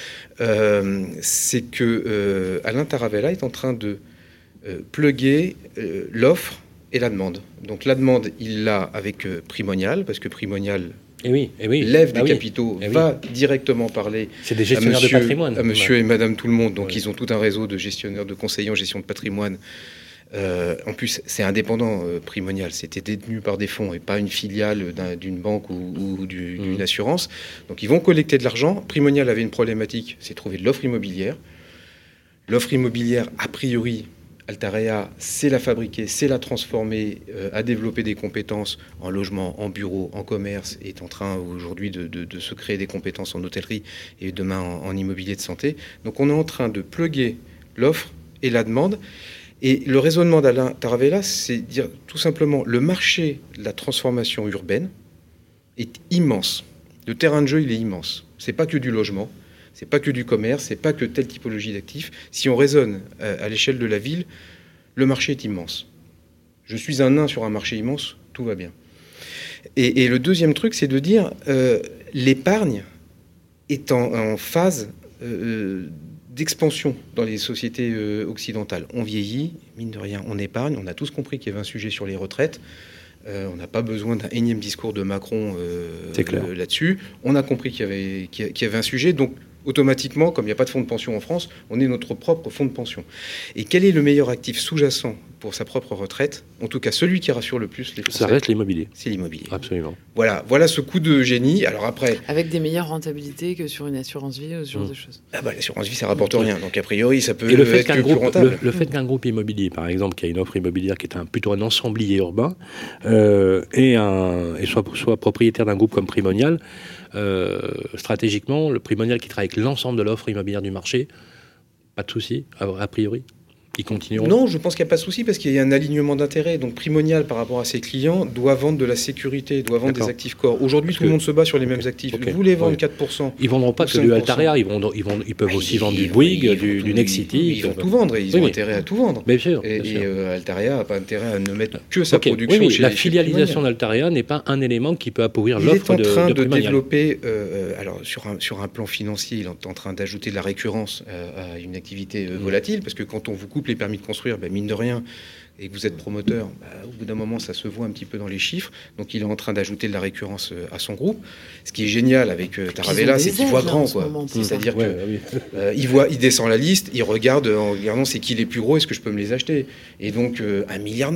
C'est que Alain Taravella est en train de plugger l'offre et la demande. Donc la demande, il l'a avec Primonial, parce que Primonial lève des capitaux, va directement parler c'est des gestionnaires de patrimoine, à monsieur et madame tout le monde. Donc ils ont tout un réseau de gestionnaires, de conseillers en gestion de patrimoine. En plus, c'est indépendant, Primonial. C'était détenu par des fonds et pas une filiale d'une banque ou d'une assurance. Donc, ils vont collecter de l'argent. Primonial avait une problématique, c'est trouver de l'offre immobilière. L'offre immobilière, a priori, Altarea, c'est la fabriquer, c'est la transformer, à développer des compétences en logement, en bureau, en commerce, et est en train aujourd'hui de se créer des compétences en hôtellerie et demain en immobilier de santé. Donc, on est en train de plugger l'offre et la demande. Et le raisonnement d'Alain Taravella, c'est dire tout simplement le marché de la transformation urbaine est immense. Le terrain de jeu, il est immense. C'est pas que du logement, c'est pas que du commerce, c'est pas que telle typologie d'actifs. Si on raisonne à l'échelle de la ville, le marché est immense. Je suis un nain sur un marché immense, tout va bien. Et le deuxième truc, c'est de dire l'épargne est en phase d'expansion dans les sociétés occidentales. On vieillit, mine de rien, on épargne. On a tous compris qu'il y avait un sujet sur les retraites. On n'a pas besoin d'un énième discours de Macron là-dessus. On a compris qu'il y avait un sujet. Donc, automatiquement, comme il n'y a pas de fonds de pension en France, on est notre propre fonds de pension. Et quel est le meilleur actif sous-jacent pour sa propre retraite? En tout cas, celui qui rassure le plus les Français. Ça reste l'immobilier. C'est l'immobilier. Absolument. Voilà ce coup de génie. Alors après... Avec des meilleures rentabilités que sur une assurance vie ou ce genre de choses. L'assurance vie, ça rapporte rien. Donc, a priori, ça peut et le fait être plus rentable. Le fait qu'un groupe immobilier, par exemple, qui a une offre immobilière qui est plutôt un ensemblier urbain, et soit propriétaire d'un groupe comme Primonial, stratégiquement, le Primonial qui travaille avec l'ensemble de l'offre immobilière du marché, pas de souci, a priori. Ils continueront. Non, je pense qu'il n'y a pas de souci parce qu'il y a un alignement d'intérêts. Donc Primonial, par rapport à ses clients, doit vendre de la sécurité, doit vendre des actifs corps. Aujourd'hui, tout le monde se bat sur les mêmes actifs. Vous voulez vendre 4%. Ils ne vendront pas que du Altarea, ils peuvent aussi vendre du Bouygues, du Nexity. Ils vont tout vendre et ils ont intérêt à tout vendre. Bien sûr. Et Altarea n'a pas intérêt à ne mettre que sa production chez la filialisation d'Altarea n'est pas un élément qui peut appauvrir l'offre de Primonial. Il est en train de développer, alors sur un plan financier, il est en train d'ajouter de la récurrence à une activité volatile, parce que quand on vous coupe les permis de construire, mine de rien, et que vous êtes promoteur, au bout d'un moment, ça se voit un petit peu dans les chiffres. Donc, il est en train d'ajouter de la récurrence à son groupe. Ce qui est génial avec Taravella, c'est qu'il voit grand, quoi. C'est-à-dire qu'il descend la liste, il regarde en regardant c'est qui les plus gros, est-ce que je peux me les acheter? Et donc, 1,9 milliard,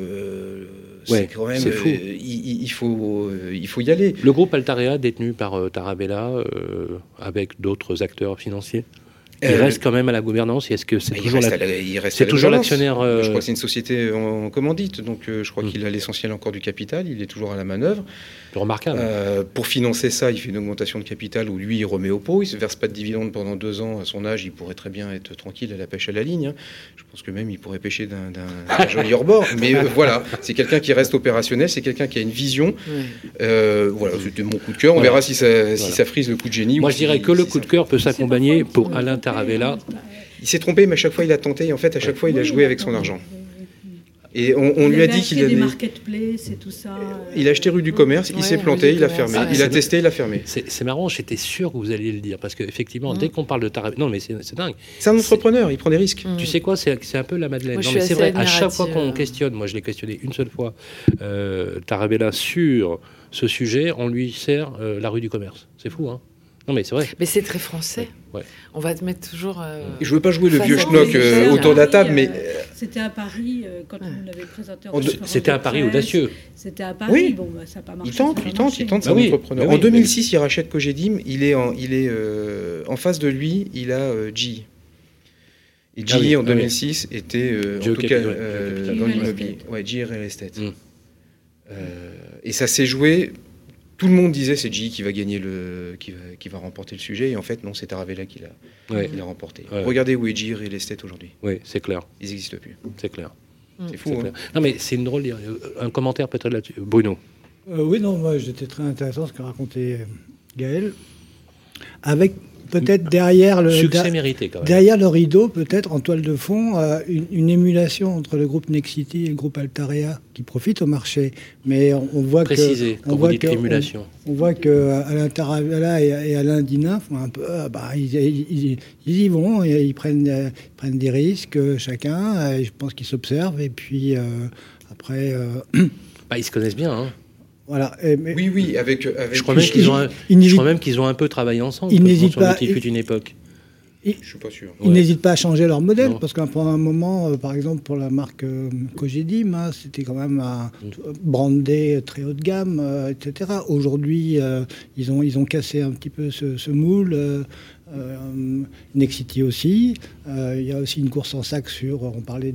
c'est quand même... c'est fou. Il faut y aller. Le groupe Altarea, détenu par Taravella, avec d'autres acteurs financiers, il reste quand même à la gouvernance. Est-ce que c'est toujours l'actionnaire Je crois que c'est une société en commandite, donc je crois qu'il a l'essentiel encore du capital. Il est toujours à la manœuvre. Remarquable. Pour financer ça, il fait une augmentation de capital où lui, il remet au pot. Il ne se verse pas de dividendes pendant 2 ans. À son âge, il pourrait très bien être tranquille à la pêche à la ligne. Je pense que même il pourrait pêcher d'un joli hors-bord. Mais voilà, c'est quelqu'un qui reste opérationnel. C'est quelqu'un qui a une vision. Voilà, c'était mon coup de cœur. On verra si ça frise le coup de génie. Moi, je dirais que le coup de cœur peut s'accompagner pour Alain Taravella. Il s'est trompé, mais à chaque fois, il a tenté. Et en fait, à chaque fois, il a joué avec son argent. Et on lui a dit qu'il allait... des marketplaces et tout ça. Il a acheté rue du commerce, il s'est planté, il a fermé. Il a testé, il a fermé. C'est marrant, j'étais sûr que vous alliez le dire. Parce qu'effectivement, dès qu'on parle de Taravella... Non, mais c'est dingue. C'est un entrepreneur, il prend des risques. Tu sais quoi, c'est un peu la Madeleine. Moi, non, mais c'est vrai, à chaque fois qu'on questionne, moi je l'ai questionné une seule fois, Taravella sur ce sujet, on lui sert la rue du commerce. C'est fou, hein? Non, mais c'est vrai. Mais c'est très français. Ouais. On va te mettre toujours... Je veux pas jouer le vieux schnock autour de la table, mais... C'était à Paris, quand on avait présenté... C'était un pari audacieux. C'était à Paris, oui. Bon, ça n'a pas marché. Il tente, c'est un entrepreneur. En 2006, il rachète Cogedim, il est en face de lui, il a GE. Et GE, en 2006, était, en tout cas, dans l'immobilier. Ouais, GE Real Estate. Et ça s'est joué tout le monde disait c'est GE qui va gagner qui va remporter le sujet, et en fait non, c'est Taravella qui l'a remporté. Ouais. Regardez où est GE Real Estate aujourd'hui. Oui, c'est clair. Ils n'existent plus. C'est clair. C'est fou. C'est Hein. clair. Non, mais c'est une drôle d'idée. Un commentaire peut-être là-dessus. Bruno. Oui, non, moi j'étais très intéressant ce qu'a raconté Gaël. Avec peut-être derrière Succès mérité quand même. derrière le rideau, peut-être en toile de fond, une émulation entre le groupe Nexity et le groupe Altarea qui profitent au marché. Mais on voit Précisez, quand vous dites émulation. On voit que Alain Taravella et Alain Dinin font un peu, ils y vont, et ils prennent des risques chacun. Et je pense qu'ils s'observent et puis après. Ils se connaissent bien. Hein. Voilà. Oui, avec. Je crois même qu'ils ont un peu travaillé ensemble. Ils n'hésitent pas. Il fut une époque. Je suis pas sûr. Ils n'hésitent pas à changer leur modèle, Non. parce qu'à un moment, par exemple, pour la marque Cogedim, c'était quand même brandé très haut de gamme, etc. Aujourd'hui, ils ont cassé un petit peu ce moule. Nexity aussi. Il y a aussi une course en sac on parlait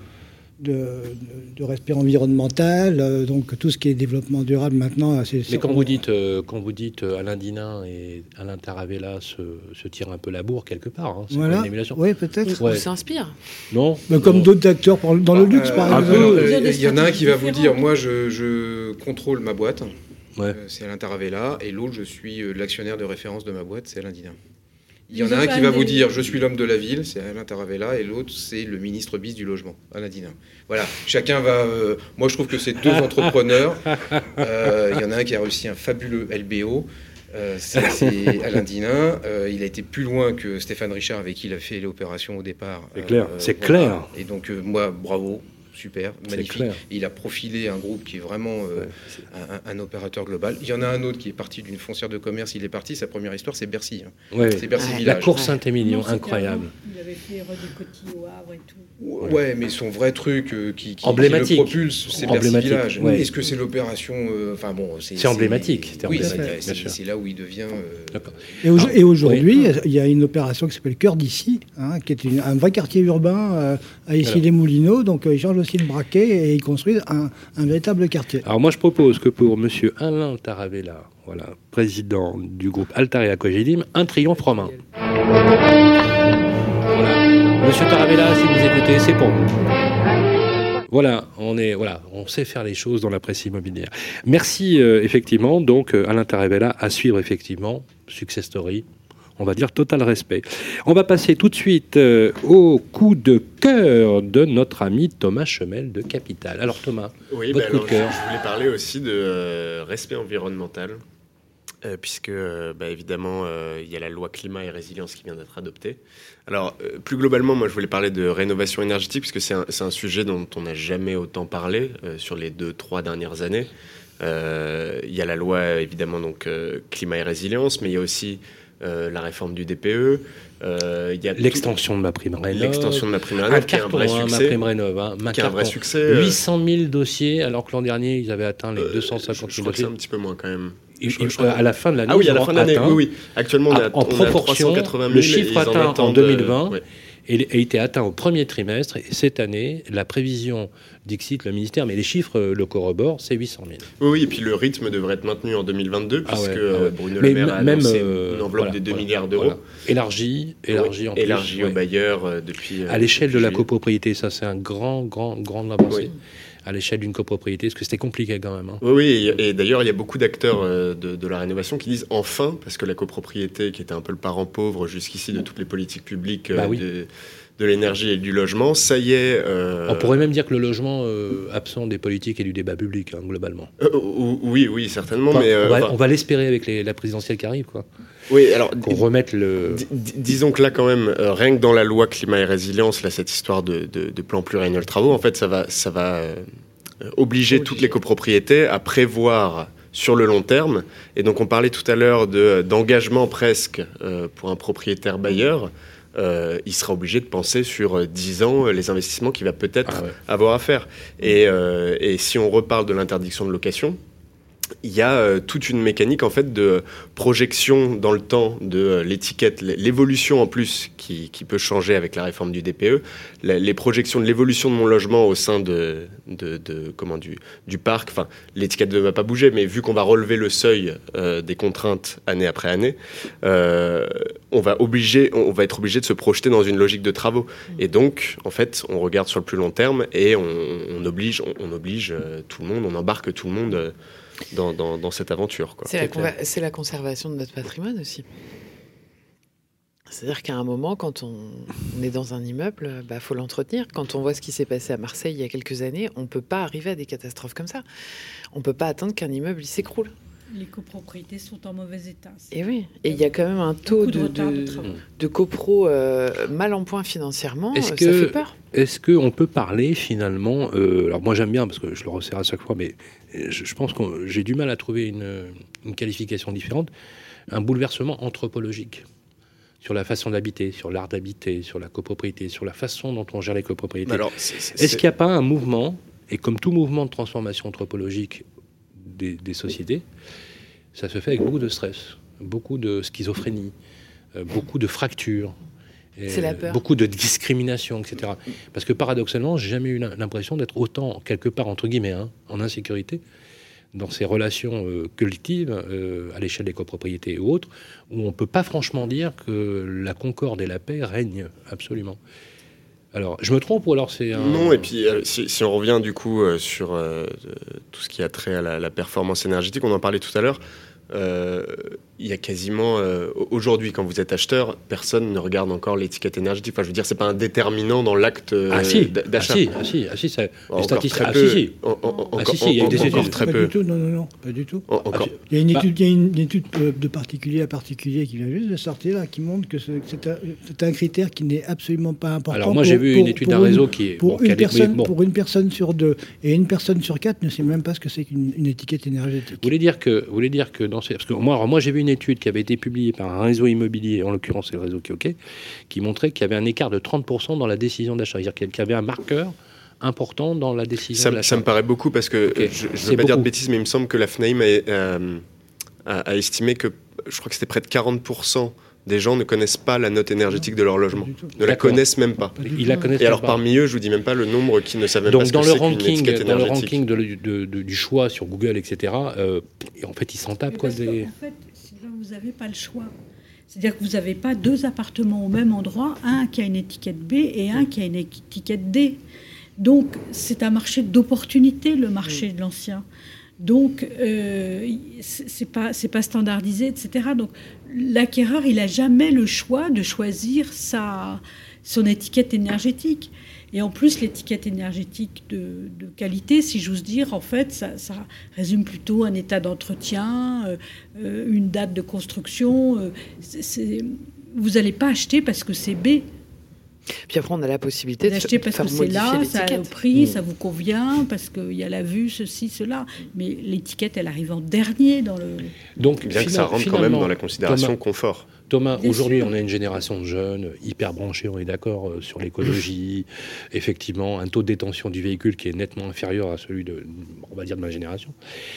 de respect environnemental, donc tout ce qui est développement durable maintenant. Mais quand vous dites Alain Dinin et Alain Taravella se tirent un peu la bourre quelque part, hein, c'est voilà. pas une émulation. Oui, peut-être. Ouais. On s'inspire. Non. Mais comme non. d'autres acteurs dans le luxe, par exemple. Il y en a un qui va vous dire, moi je contrôle ma boîte, Ouais. c'est Alain Taravella, et l'autre je suis l'actionnaire de référence de ma boîte, c'est Alain Dinin. Il y en a un qui va vous dire, je suis l'homme de la ville, c'est Alain Taravella, et l'autre, c'est le ministre bis du logement, Alain Dinin. Voilà, chacun va... moi, je trouve que c'est deux entrepreneurs. Il y en a un qui a réussi un fabuleux LBO, c'est Alain Dinin. Il a été plus loin que Stéphane Richard, avec qui il a fait l'opération au départ. C'est clair, c'est voilà. clair. Et donc, moi, bravo. Super, magnifique. Clair. Et il a profilé un groupe qui est vraiment un opérateur global. Il y en a un autre qui est parti d'une foncière de commerce. Il est parti, sa première histoire, c'est Bercy. Ouais. C'est Bercy La Village. course Saint-Émilion, Non, c'était incroyable. avant. Il avait fait René-Coty au Havre et tout. Ouais, mais son vrai truc qui Emblématique. le propulse, c'est Bercy Emblématique, Village. ouais. Est-ce que c'est l'opération Enfin bon, C'est emblématique. Oui, Bien sûr. c'est là où il devient. D'accord. Et aujourd'hui, il y a une opération qui s'appelle Cœur d'Issy, qui est un vrai quartier urbain à Issy-les-Moulineaux. Donc, ils changent aussi le braquet et ils construisent un véritable quartier. Alors moi, je propose que pour monsieur Alain Taravella, voilà, président du groupe Altarea Cogedim, un triomphe romain. Voilà. Monsieur Taravella, si vous écoutez, c'est pour vous. Voilà, on sait faire les choses dans la presse immobilière. Merci effectivement, donc Alain Taravella à suivre effectivement, success story. On va dire total respect. On va passer tout de suite au coup de cœur de notre ami Thomas Chemel de Capital. Alors Thomas, votre coup de cœur. Je voulais parler aussi de respect environnemental, puisque évidemment il y a la loi climat et résilience qui vient d'être adoptée. Alors plus globalement, moi je voulais parler de rénovation énergétique, puisque c'est un sujet dont on n'a jamais autant parlé sur les 2-3 dernières années. Il y a la loi évidemment donc climat et résilience, mais il y a aussi la réforme du DPE, il y a l'extension de ma prime rénov. L'extension de ma prime rénov, qui est un vrai succès. Ma prime rénov, qui est un vrai succès. 800 000 dossiers, alors que l'an dernier, ils avaient atteint les 250 000 je crois que c'est un petit peu moins quand même. À la fin de l'année, ah oui, à la fin de l'année, oui. Actuellement, on est en proportion, 380 000, le chiffre atteint en 2020 ouais. et été atteint au premier trimestre. Et cette année, la prévision d'Ixit, le ministère, mais les chiffres le corroborent, c'est 800 000. Oui, et puis le rythme devrait être maintenu en 2022, puisque Bruno mais Le Maire a annoncé une enveloppe voilà, de 2 milliards d'euros. Voilà. Élargie en plus. Élargie aux bailleurs depuis... à l'échelle de la juillet. copropriété, ça c'est un grand avancée. Oui. À l'échelle d'une copropriété, parce que c'était compliqué quand même. Hein. Oui, et d'ailleurs, il y a beaucoup d'acteurs de la rénovation qui disent enfin, parce que la copropriété, qui était un peu le parent pauvre jusqu'ici de toutes les politiques publiques de l'énergie et du logement, ça y est... On pourrait même dire que le logement absent des politiques et du débat public, hein, globalement. Oui, certainement, mais... on va l'espérer avec la présidentielle qui arrive, quoi. Oui, alors... Qu'on remette le... Disons que là, quand même, rien que dans la loi climat et résilience, là, cette histoire de plan pluriannuel travaux, en fait, ça va obliger toutes les copropriétés à prévoir sur le long terme. Et donc, on parlait tout à l'heure d'engagement presque pour un propriétaire bailleur. Il sera obligé de penser sur 10 ans les investissements qu'il va peut-être avoir à faire. Et si on reparle de l'interdiction de location, il y a toute une mécanique en fait de projection dans le temps de l'étiquette, l'évolution en plus qui peut changer avec la réforme du DPE, les projections de l'évolution de mon logement au sein du parc. Enfin, l'étiquette ne va pas bouger, mais vu qu'on va relever le seuil des contraintes année après année, on va être obligé de se projeter dans une logique de travaux. Et donc, en fait, on regarde sur le plus long terme et on oblige tout le monde, on embarque tout le monde dans cette aventure, quoi. C'est la conservation de notre patrimoine aussi. C'est-à-dire qu'à un moment, quand on est dans un immeuble, faut l'entretenir. Quand on voit ce qui s'est passé à Marseille il y a quelques années, on ne peut pas arriver à des catastrophes comme ça. On ne peut pas attendre qu'un immeuble il s'écroule. Les copropriétés sont en mauvais état. Et oui, et il y a quand même un taux de copro mal en point financièrement, ça fait peur. Est-ce qu'on peut parler finalement, alors moi j'aime bien parce que je le resserre à chaque fois, mais je pense que j'ai du mal à trouver une qualification différente, un bouleversement anthropologique sur la façon d'habiter, sur l'art d'habiter, sur la copropriété, sur la façon dont on gère les copropriétés. Alors, est-ce qu'il n'y a pas un mouvement, et comme tout mouvement de transformation anthropologique des sociétés, ça se fait avec beaucoup de stress, beaucoup de schizophrénie, beaucoup de fractures, beaucoup de discrimination, etc. Parce que paradoxalement, j'ai jamais eu l'impression d'être autant, quelque part, entre guillemets, en insécurité dans ces relations collectives à l'échelle des copropriétés ou autres, où on ne peut pas franchement dire que la concorde et la paix règnent absolument. Alors, je me trompe ou alors c'est un... Non, et puis si on revient du coup sur tout ce qui a trait à la performance énergétique, on en parlait tout à l'heure, il y a quasiment... aujourd'hui, quand vous êtes acheteur, personne ne regarde encore l'étiquette énergétique. Enfin, je veux dire, c'est pas un déterminant dans l'acte d'achat. C'est statistique. Très peu. Il y a des études. Très peu. Non, pas du tout. Il y a une étude de particulier à particulier qui vient juste de sortir, là, qui montre que c'est un critère qui n'est absolument pas important. Alors moi, j'ai vu une étude d'un réseau qui est... Pour une personne sur 2 et une personne sur 4 ne sait même pas ce que c'est qu'une étiquette énergétique. Vous voulez dire que dans ces... Parce que moi, j'ai vu une étude qui avait été publiée par un réseau immobilier, en l'occurrence c'est le réseau Kyokai, qui montrait qu'il y avait un écart de 30% dans la décision d'achat. C'est-à-dire qu'il y avait un marqueur important dans la décision d'achat. Ça me paraît beaucoup parce que je ne veux pas dire de bêtises, mais il me semble que la FNAIM a estimé que je crois que c'était près de 40% des gens ne connaissent pas la note énergétique de leur logement. Ne la connaissent même pas. Ils la connaissent et alors pas. Parmi eux, je vous dis même pas le nombre qui ne savent même pas ce que c'est qu'une étiquette énergétique. Dans le ranking du choix sur Google, etc., en fait, ils s'en tapent. En fait, vous n'avez pas le choix. C'est-à-dire que vous n'avez pas 2 appartements au même endroit, un qui a une étiquette B et un qui a une étiquette D. Donc, c'est un marché d'opportunité, le marché de l'ancien. Donc, c'est pas standardisé, etc. Donc, l'acquéreur, il n'a jamais le choix de choisir son étiquette énergétique. Et en plus, l'étiquette énergétique de qualité, si j'ose dire, en fait, ça résume plutôt un état d'entretien, une date de construction. Vous n'allez pas acheter parce que c'est B. Puis après, on a la possibilité d'acheter parce que c'est là, ça a le prix, ça vous convient, parce qu'il y a la vue, ceci, cela. Mais l'étiquette, elle arrive en dernier dans le... Donc, bien que ça rentre quand même dans la considération confort. Thomas, aujourd'hui, on a une génération de jeunes hyper branchés, on est d'accord, sur l'écologie. Effectivement, un taux de détention du véhicule qui est nettement inférieur à celui de ma génération.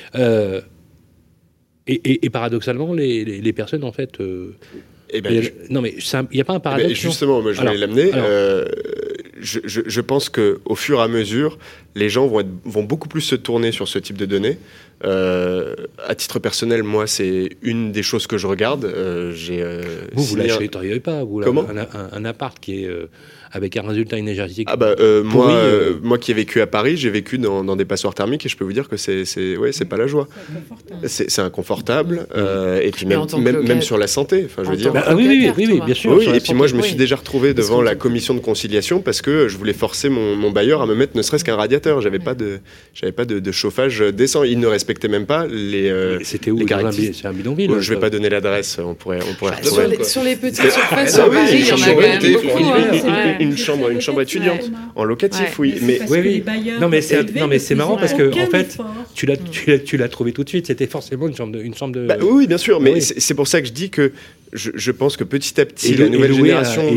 Et paradoxalement, les personnes, en fait... non, mais il n'y a pas un paradoxe. Justement, moi, je voulais l'amener. Je pense qu'au fur et à mesure, les gens vont beaucoup plus se tourner sur ce type de données. À titre personnel, moi, c'est une des choses que je regarde. Vous l'achèteriez pas, Comment un appart qui est avec un résultat énergétique. Moi qui ai vécu à Paris, j'ai vécu dans des passoires thermiques et je peux vous dire que c'est pas la joie. C'est inconfortable. Et puis même sur la santé. Enfin, je veux dire. Oui, bien sûr. Oui, et puis moi, je me suis déjà retrouvé devant la commission de conciliation parce que je voulais forcer mon bailleur à me mettre ne serait-ce qu'un radiateur. J'avais pas de chauffage décent. Il ne respectait même pas les. C'était où? C'est un bidonville. Je vais pas donner l'adresse. On pourrait retrouver. Sur les petites surfaces sur Paris, il y en a quand même beaucoup. Une chambre étudiante en locatif, oui. Mais non, mais c'est marrant parce que en fait, tu l'as trouvé tout de suite. C'était forcément une chambre de. Oui, bien sûr. Mais c'est pour ça que je dis que je pense que petit à petit, la nouvelle génération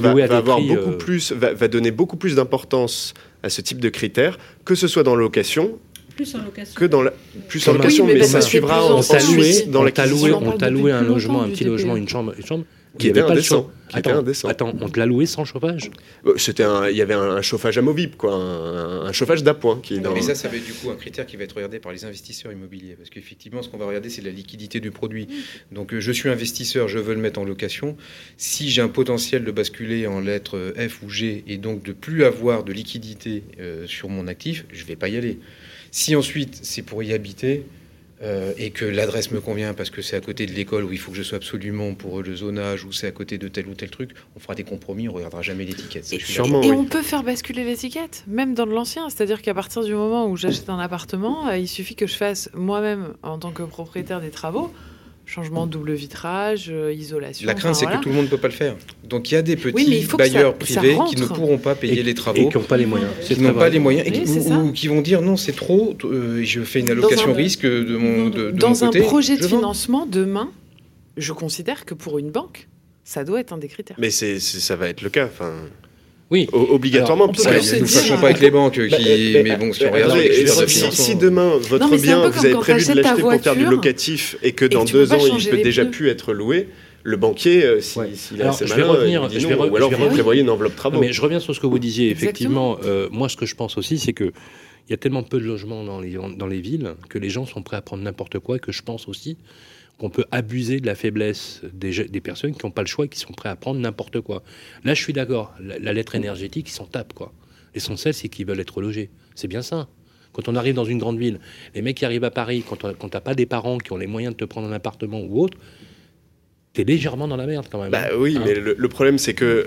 va donner beaucoup plus d'importance à ce type de critères, que ce soit dans la location, Plus en location. Que dans plus en location, Oui, mais mais ça ça suivra on t'a loué, dans l'acquisition. On t'a loué un logement, un petit logement, une chambre. Qui était indécent. Attends, on te l'a loué sans chauffage? Il y avait un chauffage amovible, quoi, un chauffage d'appoint. Mais ça va être du coup un critère qui va être regardé par les investisseurs immobiliers. Parce qu'effectivement, ce qu'on va regarder, c'est la liquidité du produit. Donc, je suis investisseur, je veux le mettre en location. Si j'ai un potentiel de basculer en lettres F ou G et donc de plus avoir de liquidité sur mon actif, je ne vais pas y aller. Si ensuite, c'est pour y habiter... et que l'adresse me convient parce que c'est à côté de l'école où il faut que je sois absolument pour le zonage ou c'est à côté de tel ou tel truc, on fera des compromis, on regardera jamais l'étiquette. Et on peut faire basculer l'étiquette, même dans de l'ancien. C'est-à-dire qu'à partir du moment où j'achète un appartement, il suffit que je fasse moi-même, en tant que propriétaire, des travaux. Changement de double vitrage, isolation... La crainte, c'est que tout le monde ne peut pas le faire. Donc, il y a des petits mais bailleurs privés qui ne pourront pas payer les travaux. Et qui n'ont pas les moyens. Qui n'ont pas les moyens ou qui vont dire non, c'est trop, je fais une allocation risque de mon côté. Dans un projet de financement, demain, je considère que pour une banque, ça doit être un des critères. Mais ça va être le cas, enfin... Oui, obligatoirement. Nous ne fâchons pas avec les banques mais bon, si on regarde si demain votre bien, vous avez prévu de l'acheter pour faire du locatif et que dans 2 ans il peut déjà plus être loué, le banquier, s'il a assez malin, il dit non, ou alors vous prévoyez une enveloppe travaux. Mais je reviens sur ce que vous disiez. Effectivement, moi ce que je pense aussi, c'est que il y a tellement peu de logements dans les villes que les gens sont prêts à prendre n'importe quoi, et que je pense aussi qu'on peut abuser de la faiblesse des personnes qui n'ont pas le choix et qui sont prêts à prendre n'importe quoi. Là, je suis d'accord. La lettre énergétique, ils s'en tapent, quoi. L'essentiel, c'est qu'ils veulent être logés. C'est bien ça. Quand on arrive dans une grande ville, les mecs qui arrivent à Paris, quand t'as pas des parents qui ont les moyens de te prendre un appartement ou autre, t'es légèrement dans la merde quand même. Bah oui, mais le problème c'est que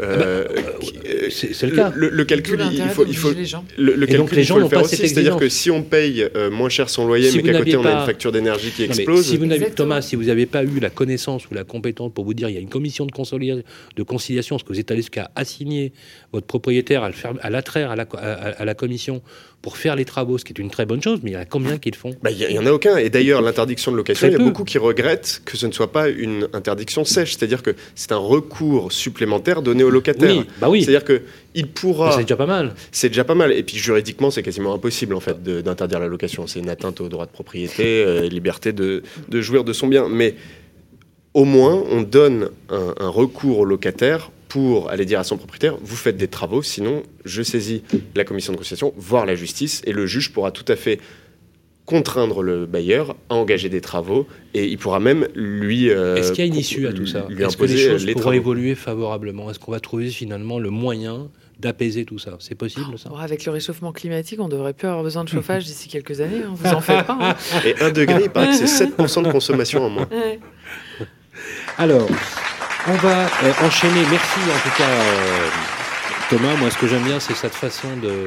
c'est le cas. Le calcul, il faut les gens. Le calcul, il faut le faire aussi. C'est-à-dire que si on paye moins cher son loyer, mais qu'à côté on a une facture d'énergie qui explose. Thomas, si vous n'avez pas eu la connaissance ou la compétence pour vous dire, il y a une commission de conciliation, ce que vous êtes allé jusqu'à assigner votre propriétaire à l'attraire à la commission pour faire les travaux, ce qui est une très bonne chose, mais il y en a combien qui le font? Il n'y en a aucun. Et d'ailleurs, l'interdiction de location, il y a beaucoup qui regrettent que ce ne soit pas une interdiction sèche. C'est-à-dire que c'est un recours supplémentaire donné au locataire. Oui. C'est-à-dire qu'il pourra... C'est déjà pas mal. C'est déjà pas mal. Et puis juridiquement, c'est quasiment impossible en fait d'interdire la location. C'est une atteinte au droit de propriété, liberté de jouir de son bien. Mais au moins, on donne un recours au locataire pour aller dire à son propriétaire, vous faites des travaux, sinon je saisis la commission de conciliation, voire la justice, et le juge pourra tout à fait contraindre le bailleur à engager des travaux, et il pourra même lui Est-ce qu'il y a une issue à tout ça? Est-ce que les choses pourront évoluer favorablement? Est-ce qu'on va trouver finalement le moyen d'apaiser tout ça? C'est possible, ça? Avec le réchauffement climatique, on devrait plus avoir besoin de chauffage d'ici quelques années. Vous en faites pas. Et 1 degré, il paraît que c'est 7% de consommation en moins. Ouais. Alors... On va enchaîner. Merci en tout cas, Thomas. Moi, ce que j'aime bien, c'est cette façon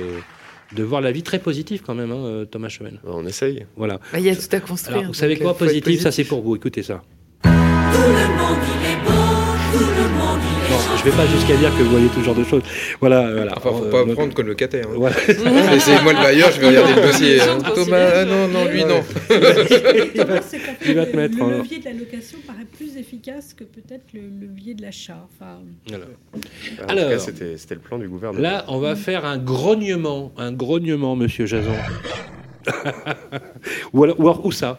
de voir la vie très positive quand même, hein, Thomas Chemel. On essaye. Voilà. Il y a tout à construire. Alors, vous savez quoi, positif, ça c'est pour vous. Écoutez ça. Tout le monde il est beau, tout le monde il est bon, je ne vais pas jusqu'à dire que vous voyez tout ce genre de choses. Voilà. Enfin, faut pas prendre comme locataire. Hein. Voilà. C'est moi le bailleur, je vais regarder le dossier. Thomas, non, lui non. Il va te mettre. Le levier de la location paraît plus efficace que peut-être le levier de l'achat. Enfin... Alors, en tout cas, c'était le plan du gouvernement. Là, on va faire un grognement, Monsieur Jason. Ou ça.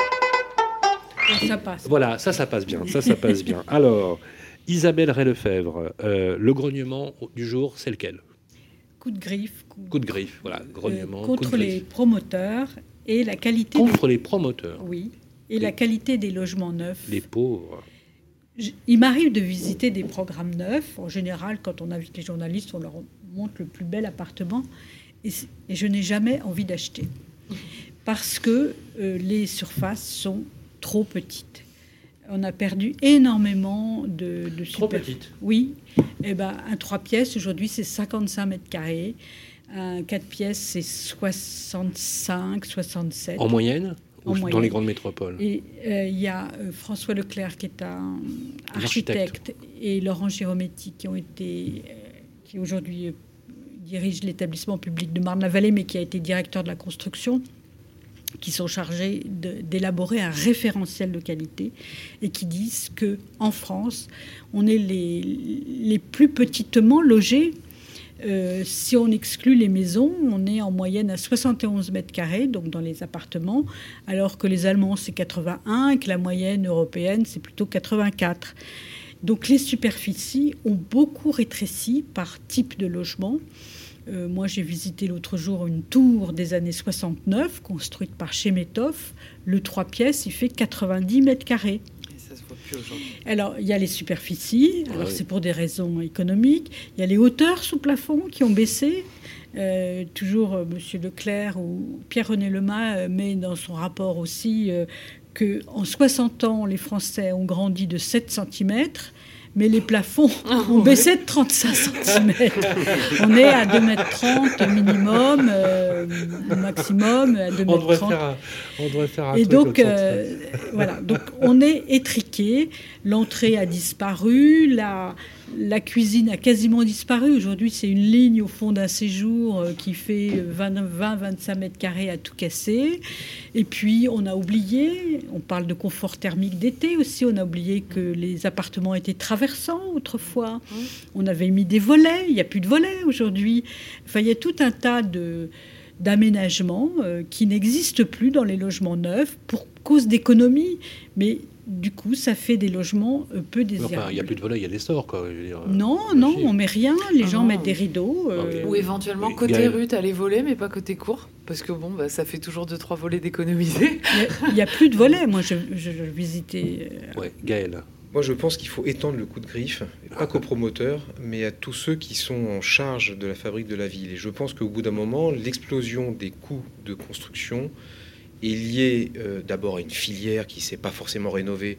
Ça passe. Voilà, ça passe bien. Ça passe bien. Alors, Isabelle Ray-Lefebvre, le grognement du jour, c'est lequel? Coup de griffe. Coup de griffe, voilà, grognement. Contre les promoteurs et la qualité. Contre les promoteurs. Oui, et la qualité des logements neufs. Les pauvres. Il m'arrive de visiter des programmes neufs. En général, quand on invite les journalistes, on leur montre le plus bel appartement. Et je n'ai jamais envie d'acheter. Parce que les surfaces sont trop petites. On a perdu énormément de Trop petites. Oui. Un 3 pièces, aujourd'hui, c'est 55 mètres carrés. Un 4 pièces, c'est 65, 67. En moyenne? Dans les grandes métropoles. Et il y a François Leclerc, qui est un architecte, et Laurent Girometti, qui aujourd'hui dirige l'établissement public de Marne-la-Vallée, mais qui a été directeur de la construction, qui sont chargés d'élaborer un référentiel de qualité et qui disent qu'en France, on est les plus petitement logés Si on exclut les maisons, on est en moyenne à 71 mètres carrés, donc dans les appartements, alors que les Allemands, c'est 81 et que la moyenne européenne, c'est plutôt 84. Donc les superficies ont beaucoup rétréci par type de logement. Moi, j'ai visité l'autre jour une tour des années 69, construite par Chemetov. Le 3 pièces, il fait 90 mètres carrés. Et ça se voit plus aujourd'hui. Alors, il y a les superficies. Alors, c'est pour des raisons économiques. Il y a les hauteurs sous plafond qui ont baissé. Toujours M. Leclerc ou Pierre-René Lemas met dans son rapport aussi qu'en 60 ans, les Français ont grandi de 7 cm. Mais les plafonds ont baissé de 35 cm. On est à 2,30 m minimum, au maximum, à 2,30 m. On devrait faire un et truc donc, voilà. Donc, on est étriqué. L'entrée a disparu. La cuisine a quasiment disparu. Aujourd'hui, c'est une ligne au fond d'un séjour qui fait 20-25 mètres carrés à tout casser. Et puis, on a oublié, on parle de confort thermique d'été aussi, on a oublié que les appartements étaient traversants autrefois. On avait mis des volets, il n'y a plus de volets aujourd'hui. Enfin, il y a tout un tas d'aménagements qui n'existent plus dans les logements neufs pour cause d'économie. Mais du coup, ça fait des logements peu désirables. Enfin, il n'y a plus de volets, il y a des stores, quoi. Je veux dire, non, on met rien. Les gens mettent des rideaux. Ou éventuellement, côté rue, t'as les volets, mais pas côté cour. Parce que bon, ça fait toujours 2-3 volets d'économiser. Il n'y a plus de volets. Moi, je visitais... Ouais, Gaël. Moi, je pense qu'il faut étendre le coup de griffe, pas qu'aux promoteurs, mais à tous ceux qui sont en charge de la fabrique de la ville. Et je pense qu'au bout d'un moment, l'explosion des coûts de construction est liée d'abord à une filière qui ne s'est pas forcément rénovée,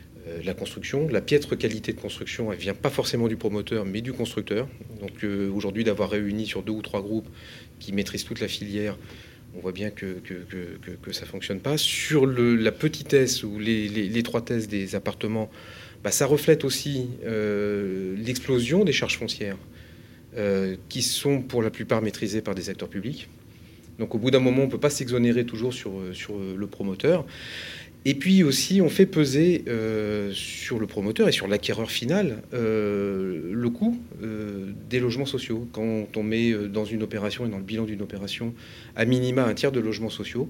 la construction. La piètre qualité de construction, elle ne vient pas forcément du promoteur, mais du constructeur. Donc aujourd'hui, d'avoir réuni sur 2 ou 3 groupes qui maîtrisent toute la filière, on voit bien que ça ne fonctionne pas. Sur la petitesse ou l'étroitesse des appartements, ça reflète aussi l'explosion des charges foncières qui sont pour la plupart maîtrisées par des acteurs publics. Donc au bout d'un moment, on ne peut pas s'exonérer toujours sur le promoteur. Et puis aussi, on fait peser sur le promoteur et sur l'acquéreur final le coût des logements sociaux. Quand on met dans une opération et dans le bilan d'une opération à minima un tiers de logements sociaux,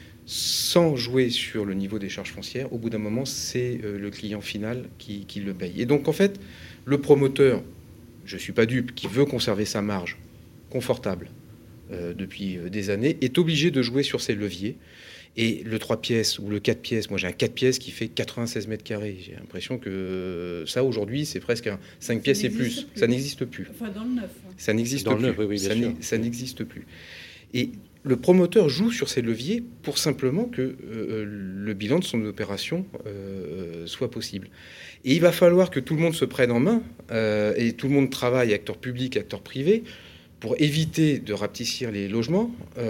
sans jouer sur le niveau des charges foncières, au bout d'un moment, c'est le client final qui le paye. Et donc en fait, le promoteur, je ne suis pas dupe, qui veut conserver sa marge confortable depuis des années, est obligé de jouer sur ses leviers. Et le 3 pièces ou le 4 pièces, moi j'ai un 4 pièces qui fait 96 mètres carrés. J'ai l'impression que ça aujourd'hui c'est presque un 5 pièces et plus. Ça n'existe plus. Enfin dans le neuf. Ça n'existe dans plus. Le neuf, oui, Ça n'existe plus. Et le promoteur joue sur ces leviers pour simplement que le bilan de son opération soit possible. Et il va falloir que tout le monde se prenne en main et tout le monde travaille, acteurs publics, acteurs privés, pour éviter de rapetissir les logements.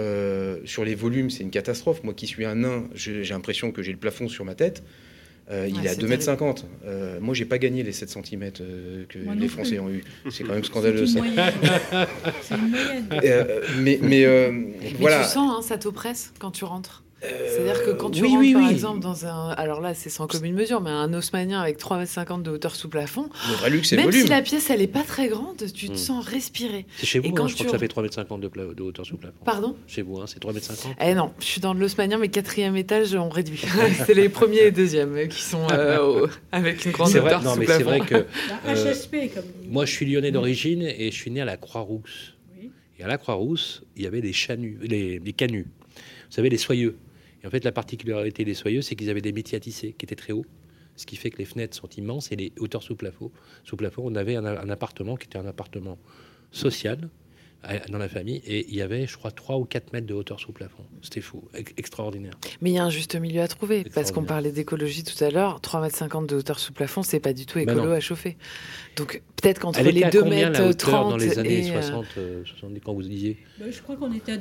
Sur les volumes, c'est une catastrophe. Moi qui suis un nain, j'ai l'impression que j'ai le plafond sur ma tête. Il est à 2,50 m. Moi, j'ai pas gagné les 7 cm que les Français ont eu. C'est quand même scandaleux, ça. C'est une moyenne. Mais voilà. Tu sens, ça t'oppresse quand tu rentres. C'est-à-dire que quand tu rentres, par exemple, dans un... Alors là, c'est sans commune mesure, mais un haussmannien avec 3,50 m de hauteur sous plafond, le vrai luxe, c'est même le volume. si la pièce, elle n'est pas très grande, tu te sens respirer. C'est chez vous, quand je crois que ça fait 3,50 m de hauteur sous plafond. Pardon ? Chez vous, c'est 3,50 m. Eh non, je suis dans l'haussmannien, mais 4e étage, on réduit. C'est les premiers et 2e qui sont avec une grande hauteur sous plafond. Mais c'est vrai que... HSP, comme moi, je suis lyonnais d'origine et je suis né à la Croix-Rousse. Oui. Et à la Croix-Rousse, il y avait des chanuts, des canuts. Vous savez, les soyeux. Et en fait, la particularité des soyeux, c'est qu'ils avaient des métiers à tisser qui étaient très hauts, ce qui fait que les fenêtres sont immenses et les hauteurs sous plafond, on avait un appartement qui était un appartement social dans la famille et il y avait, je crois, 3 ou 4 mètres de hauteur sous plafond. C'était fou, extraordinaire. Mais il y a un juste milieu à trouver, parce qu'on parlait d'écologie tout à l'heure. 3,50 m de hauteur sous plafond, c'est pas du tout écolo à chauffer. Donc peut-être qu'entre les 2 mètres 30 dans les années 60, 70, quand vous disiez je crois qu'on était à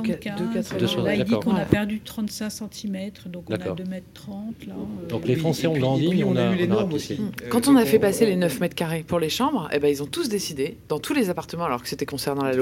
2,75. Là, il dit qu'on a perdu 35 cm, donc on a 2,30 m là. Donc les Français ont grandi, mais on a eu les normes aussi. Quand on a fait passer les 9 mètres carrés pour les chambres, ils ont tous décidé, dans tous les appartements, alors que c'était concernant la localité,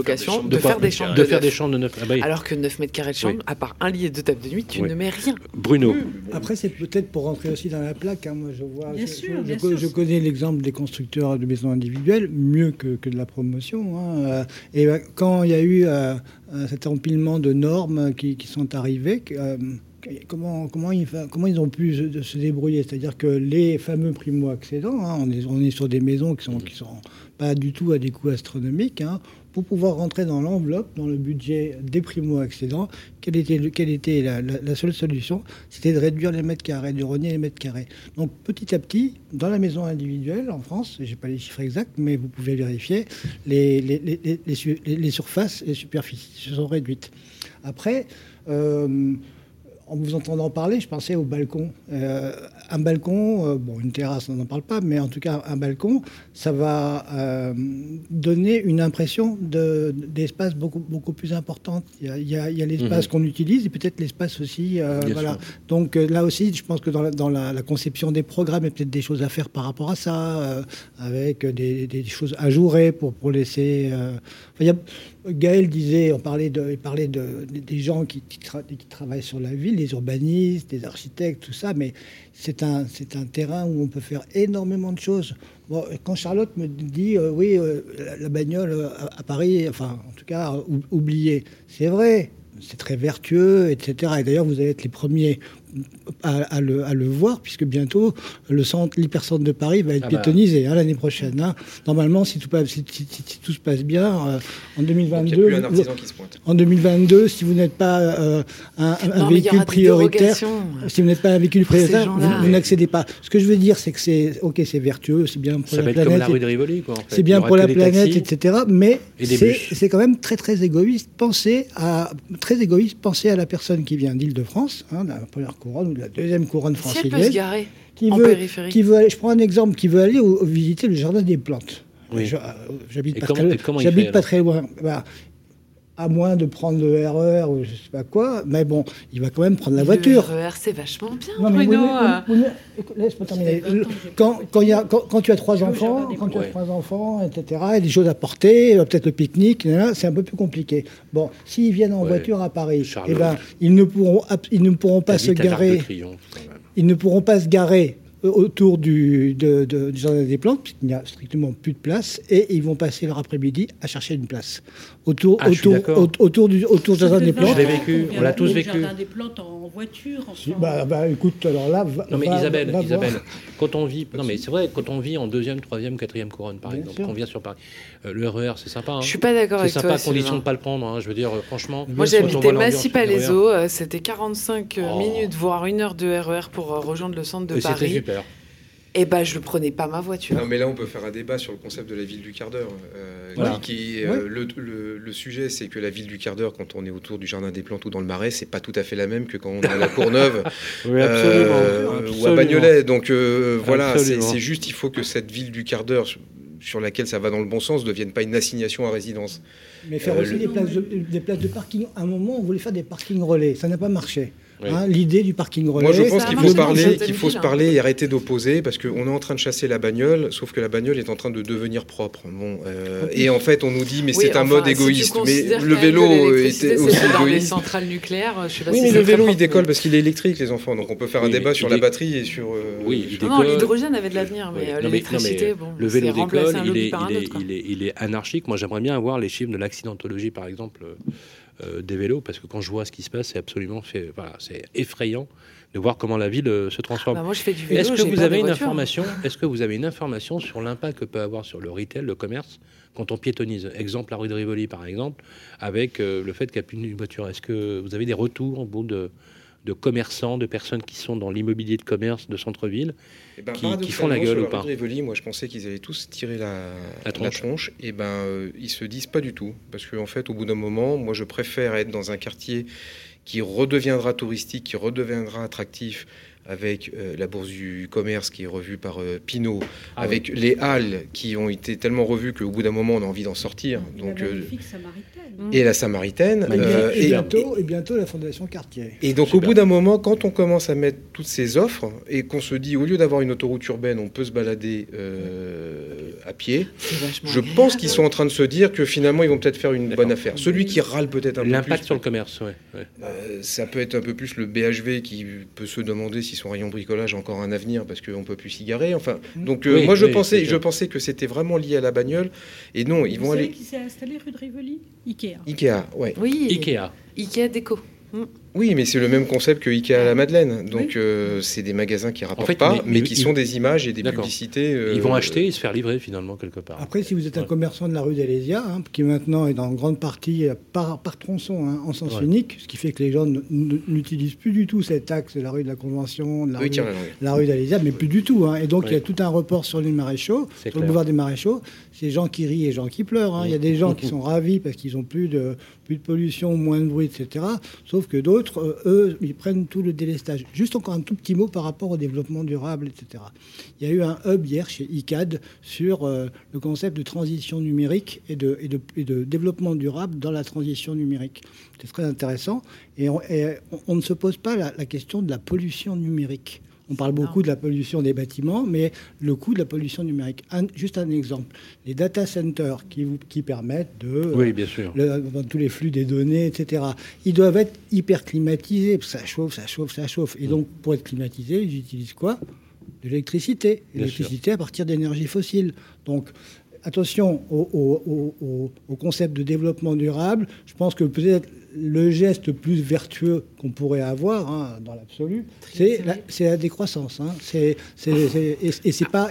location, de faire des chambres de faire des chambres de 9 mètres. Alors que 9 mètres carrés de chambre, à part un lit et 2 tables de nuit, tu ne mets rien. Bruno. Après, c'est peut-être pour rentrer aussi dans la plaque. Moi, je vois. Bien sûr, bien sûr. Je connais l'exemple des constructeurs de maisons individuelles mieux que de la promotion. Et quand il y a eu cet empilement de normes qui sont arrivées. Comment ils ont pu se débrouiller? C'est-à-dire que les fameux primo-accédants, on est sur des maisons qui sont pas du tout à des coûts astronomiques, pour pouvoir rentrer dans l'enveloppe, dans le budget des primo-accédants, quelle était la seule solution? C'était de réduire les mètres carrés, de rogner les mètres carrés. Donc petit à petit, dans la maison individuelle en France, je n'ai pas les chiffres exacts, mais vous pouvez vérifier, les surfaces, les superficies se sont réduites. Après, en vous entendant parler, je pensais au balcon. Un balcon, une terrasse, on n'en parle pas, mais en tout cas, un balcon, ça va donner une impression d'espace beaucoup plus importante. Il y a l'espace qu'on utilise et peut-être l'espace aussi. Voilà. Donc là aussi, je pense que dans la conception des programmes, il y a peut-être des choses à faire par rapport à ça, avec des choses ajourées pour laisser... Gaël disait, il parlait des gens qui travaillent sur la ville, des urbanistes, des architectes, tout ça, mais c'est un terrain où on peut faire énormément de choses. Bon, quand Charlotte me dit la bagnole à Paris, enfin en tout cas oubliée, c'est vrai, c'est très vertueux, etc. Et d'ailleurs vous allez être les premiers à le voir, puisque bientôt l'hypercentre de Paris va être piétonnisé l'année prochaine. Normalement, si tout se passe bien, en 2022, il n'y a plus un artisan qui se pointe. En 2022, si vous n'êtes pas un véhicule prioritaire, vous n'accédez pas. Ce que je veux dire, c'est que c'est vertueux, c'est bien pour la planète. Ça va être comme la rue de Rivoli, quoi. En fait. C'est bien pour la planète, etc. Mais c'est quand même très très égoïste. Pensez à la personne qui vient d'Île-de-France, de la première couronne ou de la deuxième couronne francilienne. Si elle peut se garer en périphérie. Je prends un exemple, qui veut aller visiter le jardin des plantes. Oui. J'habite pas très loin. À moins de prendre le RER ou je sais pas quoi, mais bon, il va quand même prendre la voiture. Le RER, c'est vachement bien, non, Bruno. Laisse-moi terminer. Quand tu as trois enfants, etc., il y a des choses à porter, peut-être le pique-nique, c'est un peu plus compliqué. Bon, s'ils viennent en voiture à Paris, ils ne pourront pas se garer. Ils ne pourront pas se garer autour du jardin des plantes, puisqu'il n'y a strictement plus de place, et ils vont passer leur après-midi à chercher une place autour du jardin des plantes. Je l'ai vécu, on l'a tous vécu. Le jardin des plantes en voiture. Écoute, alors là, Isabelle, quand on vit, c'est vrai, quand on vit en 2e, 3e, 4e couronne, par exemple, quand on vient sur Paris, le RER, c'est sympa. Je suis pas d'accord avec toi. C'est sympa, à condition de ne pas le prendre. Je veux dire, franchement. Moi, j'habitais Massy-Palaiseau, c'était 45 minutes, voire 1 heure de RER pour rejoindre le centre de Paris. C'était super. Je prenais pas ma voiture. Non, mais là, on peut faire un débat sur le concept de la ville du quart d'heure. Le sujet, c'est que la ville du quart d'heure, quand on est autour du jardin des plantes ou dans le Marais, c'est pas tout à fait la même que quand on est à la Courneuve ou à Bagnolet. Donc voilà, c'est juste, il faut que cette ville du quart d'heure sur laquelle ça va dans le bon sens ne devienne pas une assignation à résidence. Mais faire aussi des places de parking. À un moment, on voulait faire des parkings relais. Ça n'a pas marché. L'idée du parking relais. Moi, je pense qu'il faut se parler et arrêter d'opposer, parce qu'on est en train de chasser la bagnole, sauf que la bagnole est en train de devenir propre. Et en fait, on nous dit, mais c'est un mode égoïste. Mais le vélo était aussi égoïste. Dans les centrales nucléaires, je sais pas mais le vélo, il décolle parce qu'il est électrique, les enfants. Donc on peut faire un débat sur la batterie et sur... Non, l'hydrogène avait de l'avenir, mais l'électricité, le vélo décolle, il est anarchique. Moi, j'aimerais bien avoir les chiffres de l'accidentologie, par exemple, des vélos, parce que quand je vois ce qui se passe, c'est absolument c'est effrayant de voir comment la ville se transforme. Moi, je fais du vélo. Est-ce que vous avez une information sur l'impact que peut avoir sur le retail, le commerce, quand on piétonise? Exemple, la rue de Rivoli, par exemple, avec le fait qu'il n'y a plus de voiture. Est-ce que vous avez des retours au bout de commerçants, de personnes qui sont dans l'immobilier de commerce de centre-ville, qui font la gueule ou pas? Rivoli, moi je pensais qu'ils allaient tous tirer la tronche. Et ils se disent pas du tout, parce qu'en fait, au bout d'un moment, moi je préfère être dans un quartier qui redeviendra touristique, qui redeviendra attractif, avec la Bourse du commerce qui est revue par Pinault, avec les halles qui ont été tellement revues qu'au bout d'un moment, on a envie d'en sortir. Donc, la magnifique Samaritaine. Et la Samaritaine. Et bientôt la Fondation Cartier. Et donc, au bout d'un moment, quand on commence à mettre toutes ces offres et qu'on se dit, au lieu d'avoir une autoroute urbaine, on peut se balader à pied, je pense qu'ils sont en train de se dire que finalement, ils vont peut-être faire une bonne affaire. Celui qui râle peut-être un peu plus... L'impact sur le commerce, oui. Ça peut être un peu plus le BHV qui peut se demander si son rayon bricolage a encore un avenir parce qu'on ne peut plus s'y garer. Enfin, donc, moi, je pensais que c'était vraiment lié à la bagnole. Et non, ils vont aller... Qui s'est installé rue de Rivoli ? Ikea, ouais. Oui, Ikea Déco. Oui, mais c'est le même concept que Ikea à la Madeleine. Donc, c'est des magasins qui rapportent mais qui sont des images et des publicités. Ils vont acheter et se faire livrer finalement quelque part. Après, si vous êtes un commerçant de la rue d'Alésia, qui maintenant est en grande partie par tronçon en sens unique, ce qui fait que les gens n'utilisent plus du tout cet axe de la rue de la Convention, de la rue d'Alésia, mais plus du tout. Et donc, il y a tout un report sur les maréchaux, sur le boulevard des Maréchaux. C'est gens qui rient et gens qui pleurent. Il y a des gens qui sont ravis parce qu'ils n'ont plus de pollution, moins de bruit, etc. Sauf que d'autres, eux, ils prennent tout le délestage. Juste encore un tout petit mot par rapport au développement durable, etc. Il y a eu un hub hier chez ICAD sur le concept de transition numérique et de développement durable dans la transition numérique. C'est très intéressant. Et on ne se pose pas la question de la pollution numérique. On parle beaucoup de la pollution des bâtiments, mais le coût de la pollution numérique. Juste un exemple. Les data centers qui permettent de... Oui, bien sûr. Tous les flux des données, etc. Ils doivent être hyper climatisés. Ça chauffe. Et donc, pour être climatisés, ils utilisent quoi ? De l'électricité. L'électricité à partir d'énergie fossile. Donc, attention au concept de développement durable. Je pense que peut-être le geste le plus vertueux qu'on pourrait avoir dans l'absolu, c'est la décroissance. Et c'est pas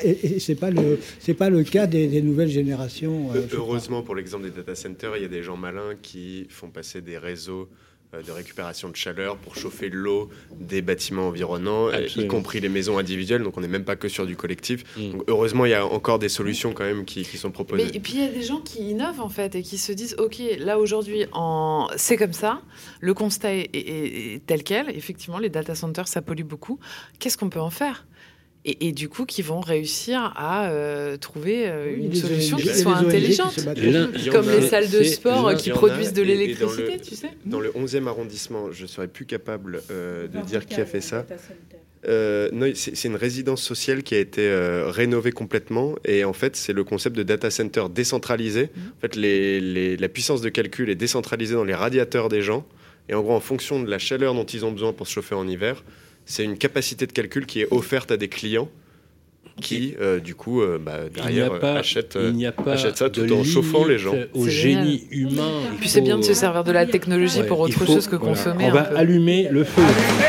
le cas des nouvelles générations. Heureusement, pour l'exemple des data centers, il y a des gens malins qui font passer des réseaux de récupération de chaleur pour chauffer l'eau des bâtiments environnants, y compris les maisons individuelles. Donc on n'est même pas que sur du collectif. Donc heureusement, il y a encore des solutions quand même qui sont proposées. Et puis il y a des gens qui innovent en fait et qui se disent ok, là aujourd'hui c'est comme ça, le constat est tel quel. Effectivement, les data centers ça pollue beaucoup. Qu'est-ce qu'on peut en faire ? Et du coup, qui vont réussir à trouver une solution qui soit intelligente. Comme les salles de sport qui produisent de l'électricité, tu sais. Dans le 11e arrondissement, je ne serais plus capable de dire qui a fait ça. Non, c'est une résidence sociale qui a été rénovée complètement. Et en fait, c'est le concept de data center décentralisé. En fait, la puissance de calcul est décentralisée dans les radiateurs des gens. Et en gros, en fonction de la chaleur dont ils ont besoin pour se chauffer en hiver, c'est une capacité de calcul qui est offerte à des clients qui, du coup, derrière, achètent ça tout en chauffant les gens. Au génie humain. Et puis c'est bien de se servir de la technologie pour autre chose que consommer. On va allumer le feu.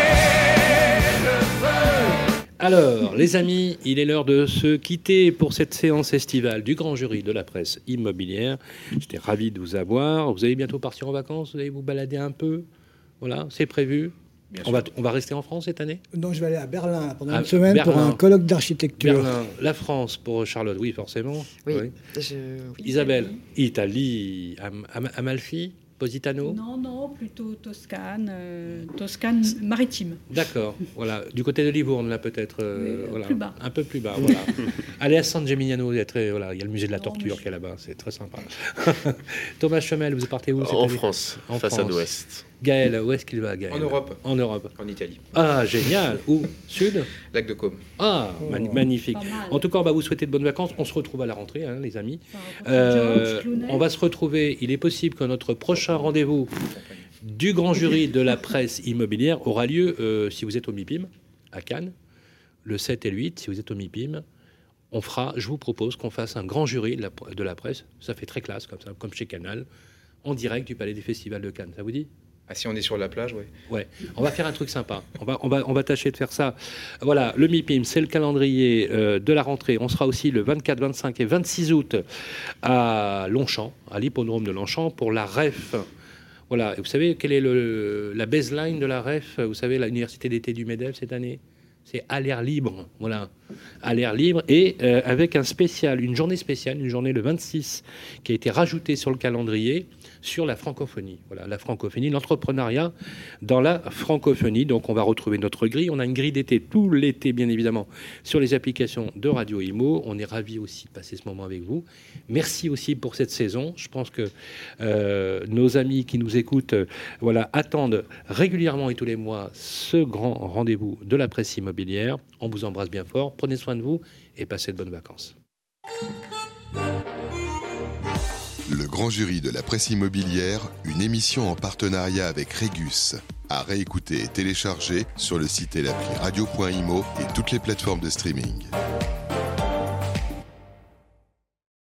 Alors, les amis, il est l'heure de se quitter pour cette séance estivale du grand jury de la presse immobilière. J'étais ravi de vous avoir. Vous allez bientôt partir en vacances, vous allez vous balader un peu. Voilà, c'est prévu. On va rester en France cette année ? Non, je vais aller à Berlin pendant une semaine pour un colloque d'architecture. Berlin, la France pour Charlotte, oui, forcément. Oui. Isabelle, Italie, Amalfi, Positano ? Non, plutôt Toscane maritime. D'accord, voilà. Du côté de Livourne, là, peut-être. Plus bas. Un peu plus bas, voilà. Allez à San Gimignano, il y a le musée de la torture qui est là-bas, c'est très sympa. Thomas Chemel, vous partez où ? En France, façade ouest. Gaël, où est-ce qu'il va, Gaël ? En Europe. En Europe. En Italie. Ah, génial. Où ? Sud ? Lac de Côme. Ah, magnifique. En tout cas, on va vous souhaiter de bonnes vacances. On se retrouve à la rentrée, les amis. On va se retrouver. Il est possible que notre prochain rendez-vous du grand jury de la presse immobilière aura lieu, si vous êtes au MIPIM, à Cannes, le 7 et le 8. Si vous êtes au MIPIM, je vous propose qu'on fasse un grand jury de la presse. Ça fait très classe, comme ça, comme chez Canal, en direct du Palais des Festivals de Cannes. Ça vous dit ? Ah, si on est sur la plage, oui. Ouais, on va faire un truc sympa. On va tâcher de faire ça. Voilà, le MIPIM, c'est le calendrier de la rentrée. On sera aussi le 24, 25 et 26 août à Longchamp, à l'hippodrome de Longchamp, pour la REF. Voilà, et vous savez quelle est la baseline de la REF ? Vous savez, l'université d'été du MEDEF cette année ? C'est à l'air libre, voilà, à l'air libre, et avec une journée spéciale, une journée le 26, qui a été rajoutée sur le calendrier sur la francophonie. Voilà, la francophonie, l'entrepreneuriat dans la francophonie. Donc on va retrouver notre grille. On a une grille d'été tout l'été, bien évidemment, sur les applications de Radio Imo. On est ravis aussi de passer ce moment avec vous. Merci aussi pour cette saison. Je pense que nos amis qui nous écoutent attendent régulièrement et tous les mois ce grand rendez-vous de la presse immobilière. On vous embrasse bien fort. Prenez soin de vous et passez de bonnes vacances. Le grand jury de la presse immobilière, une émission en partenariat avec Régus. À réécouter et télécharger sur le site et l'appli radio.imo et toutes les plateformes de streaming.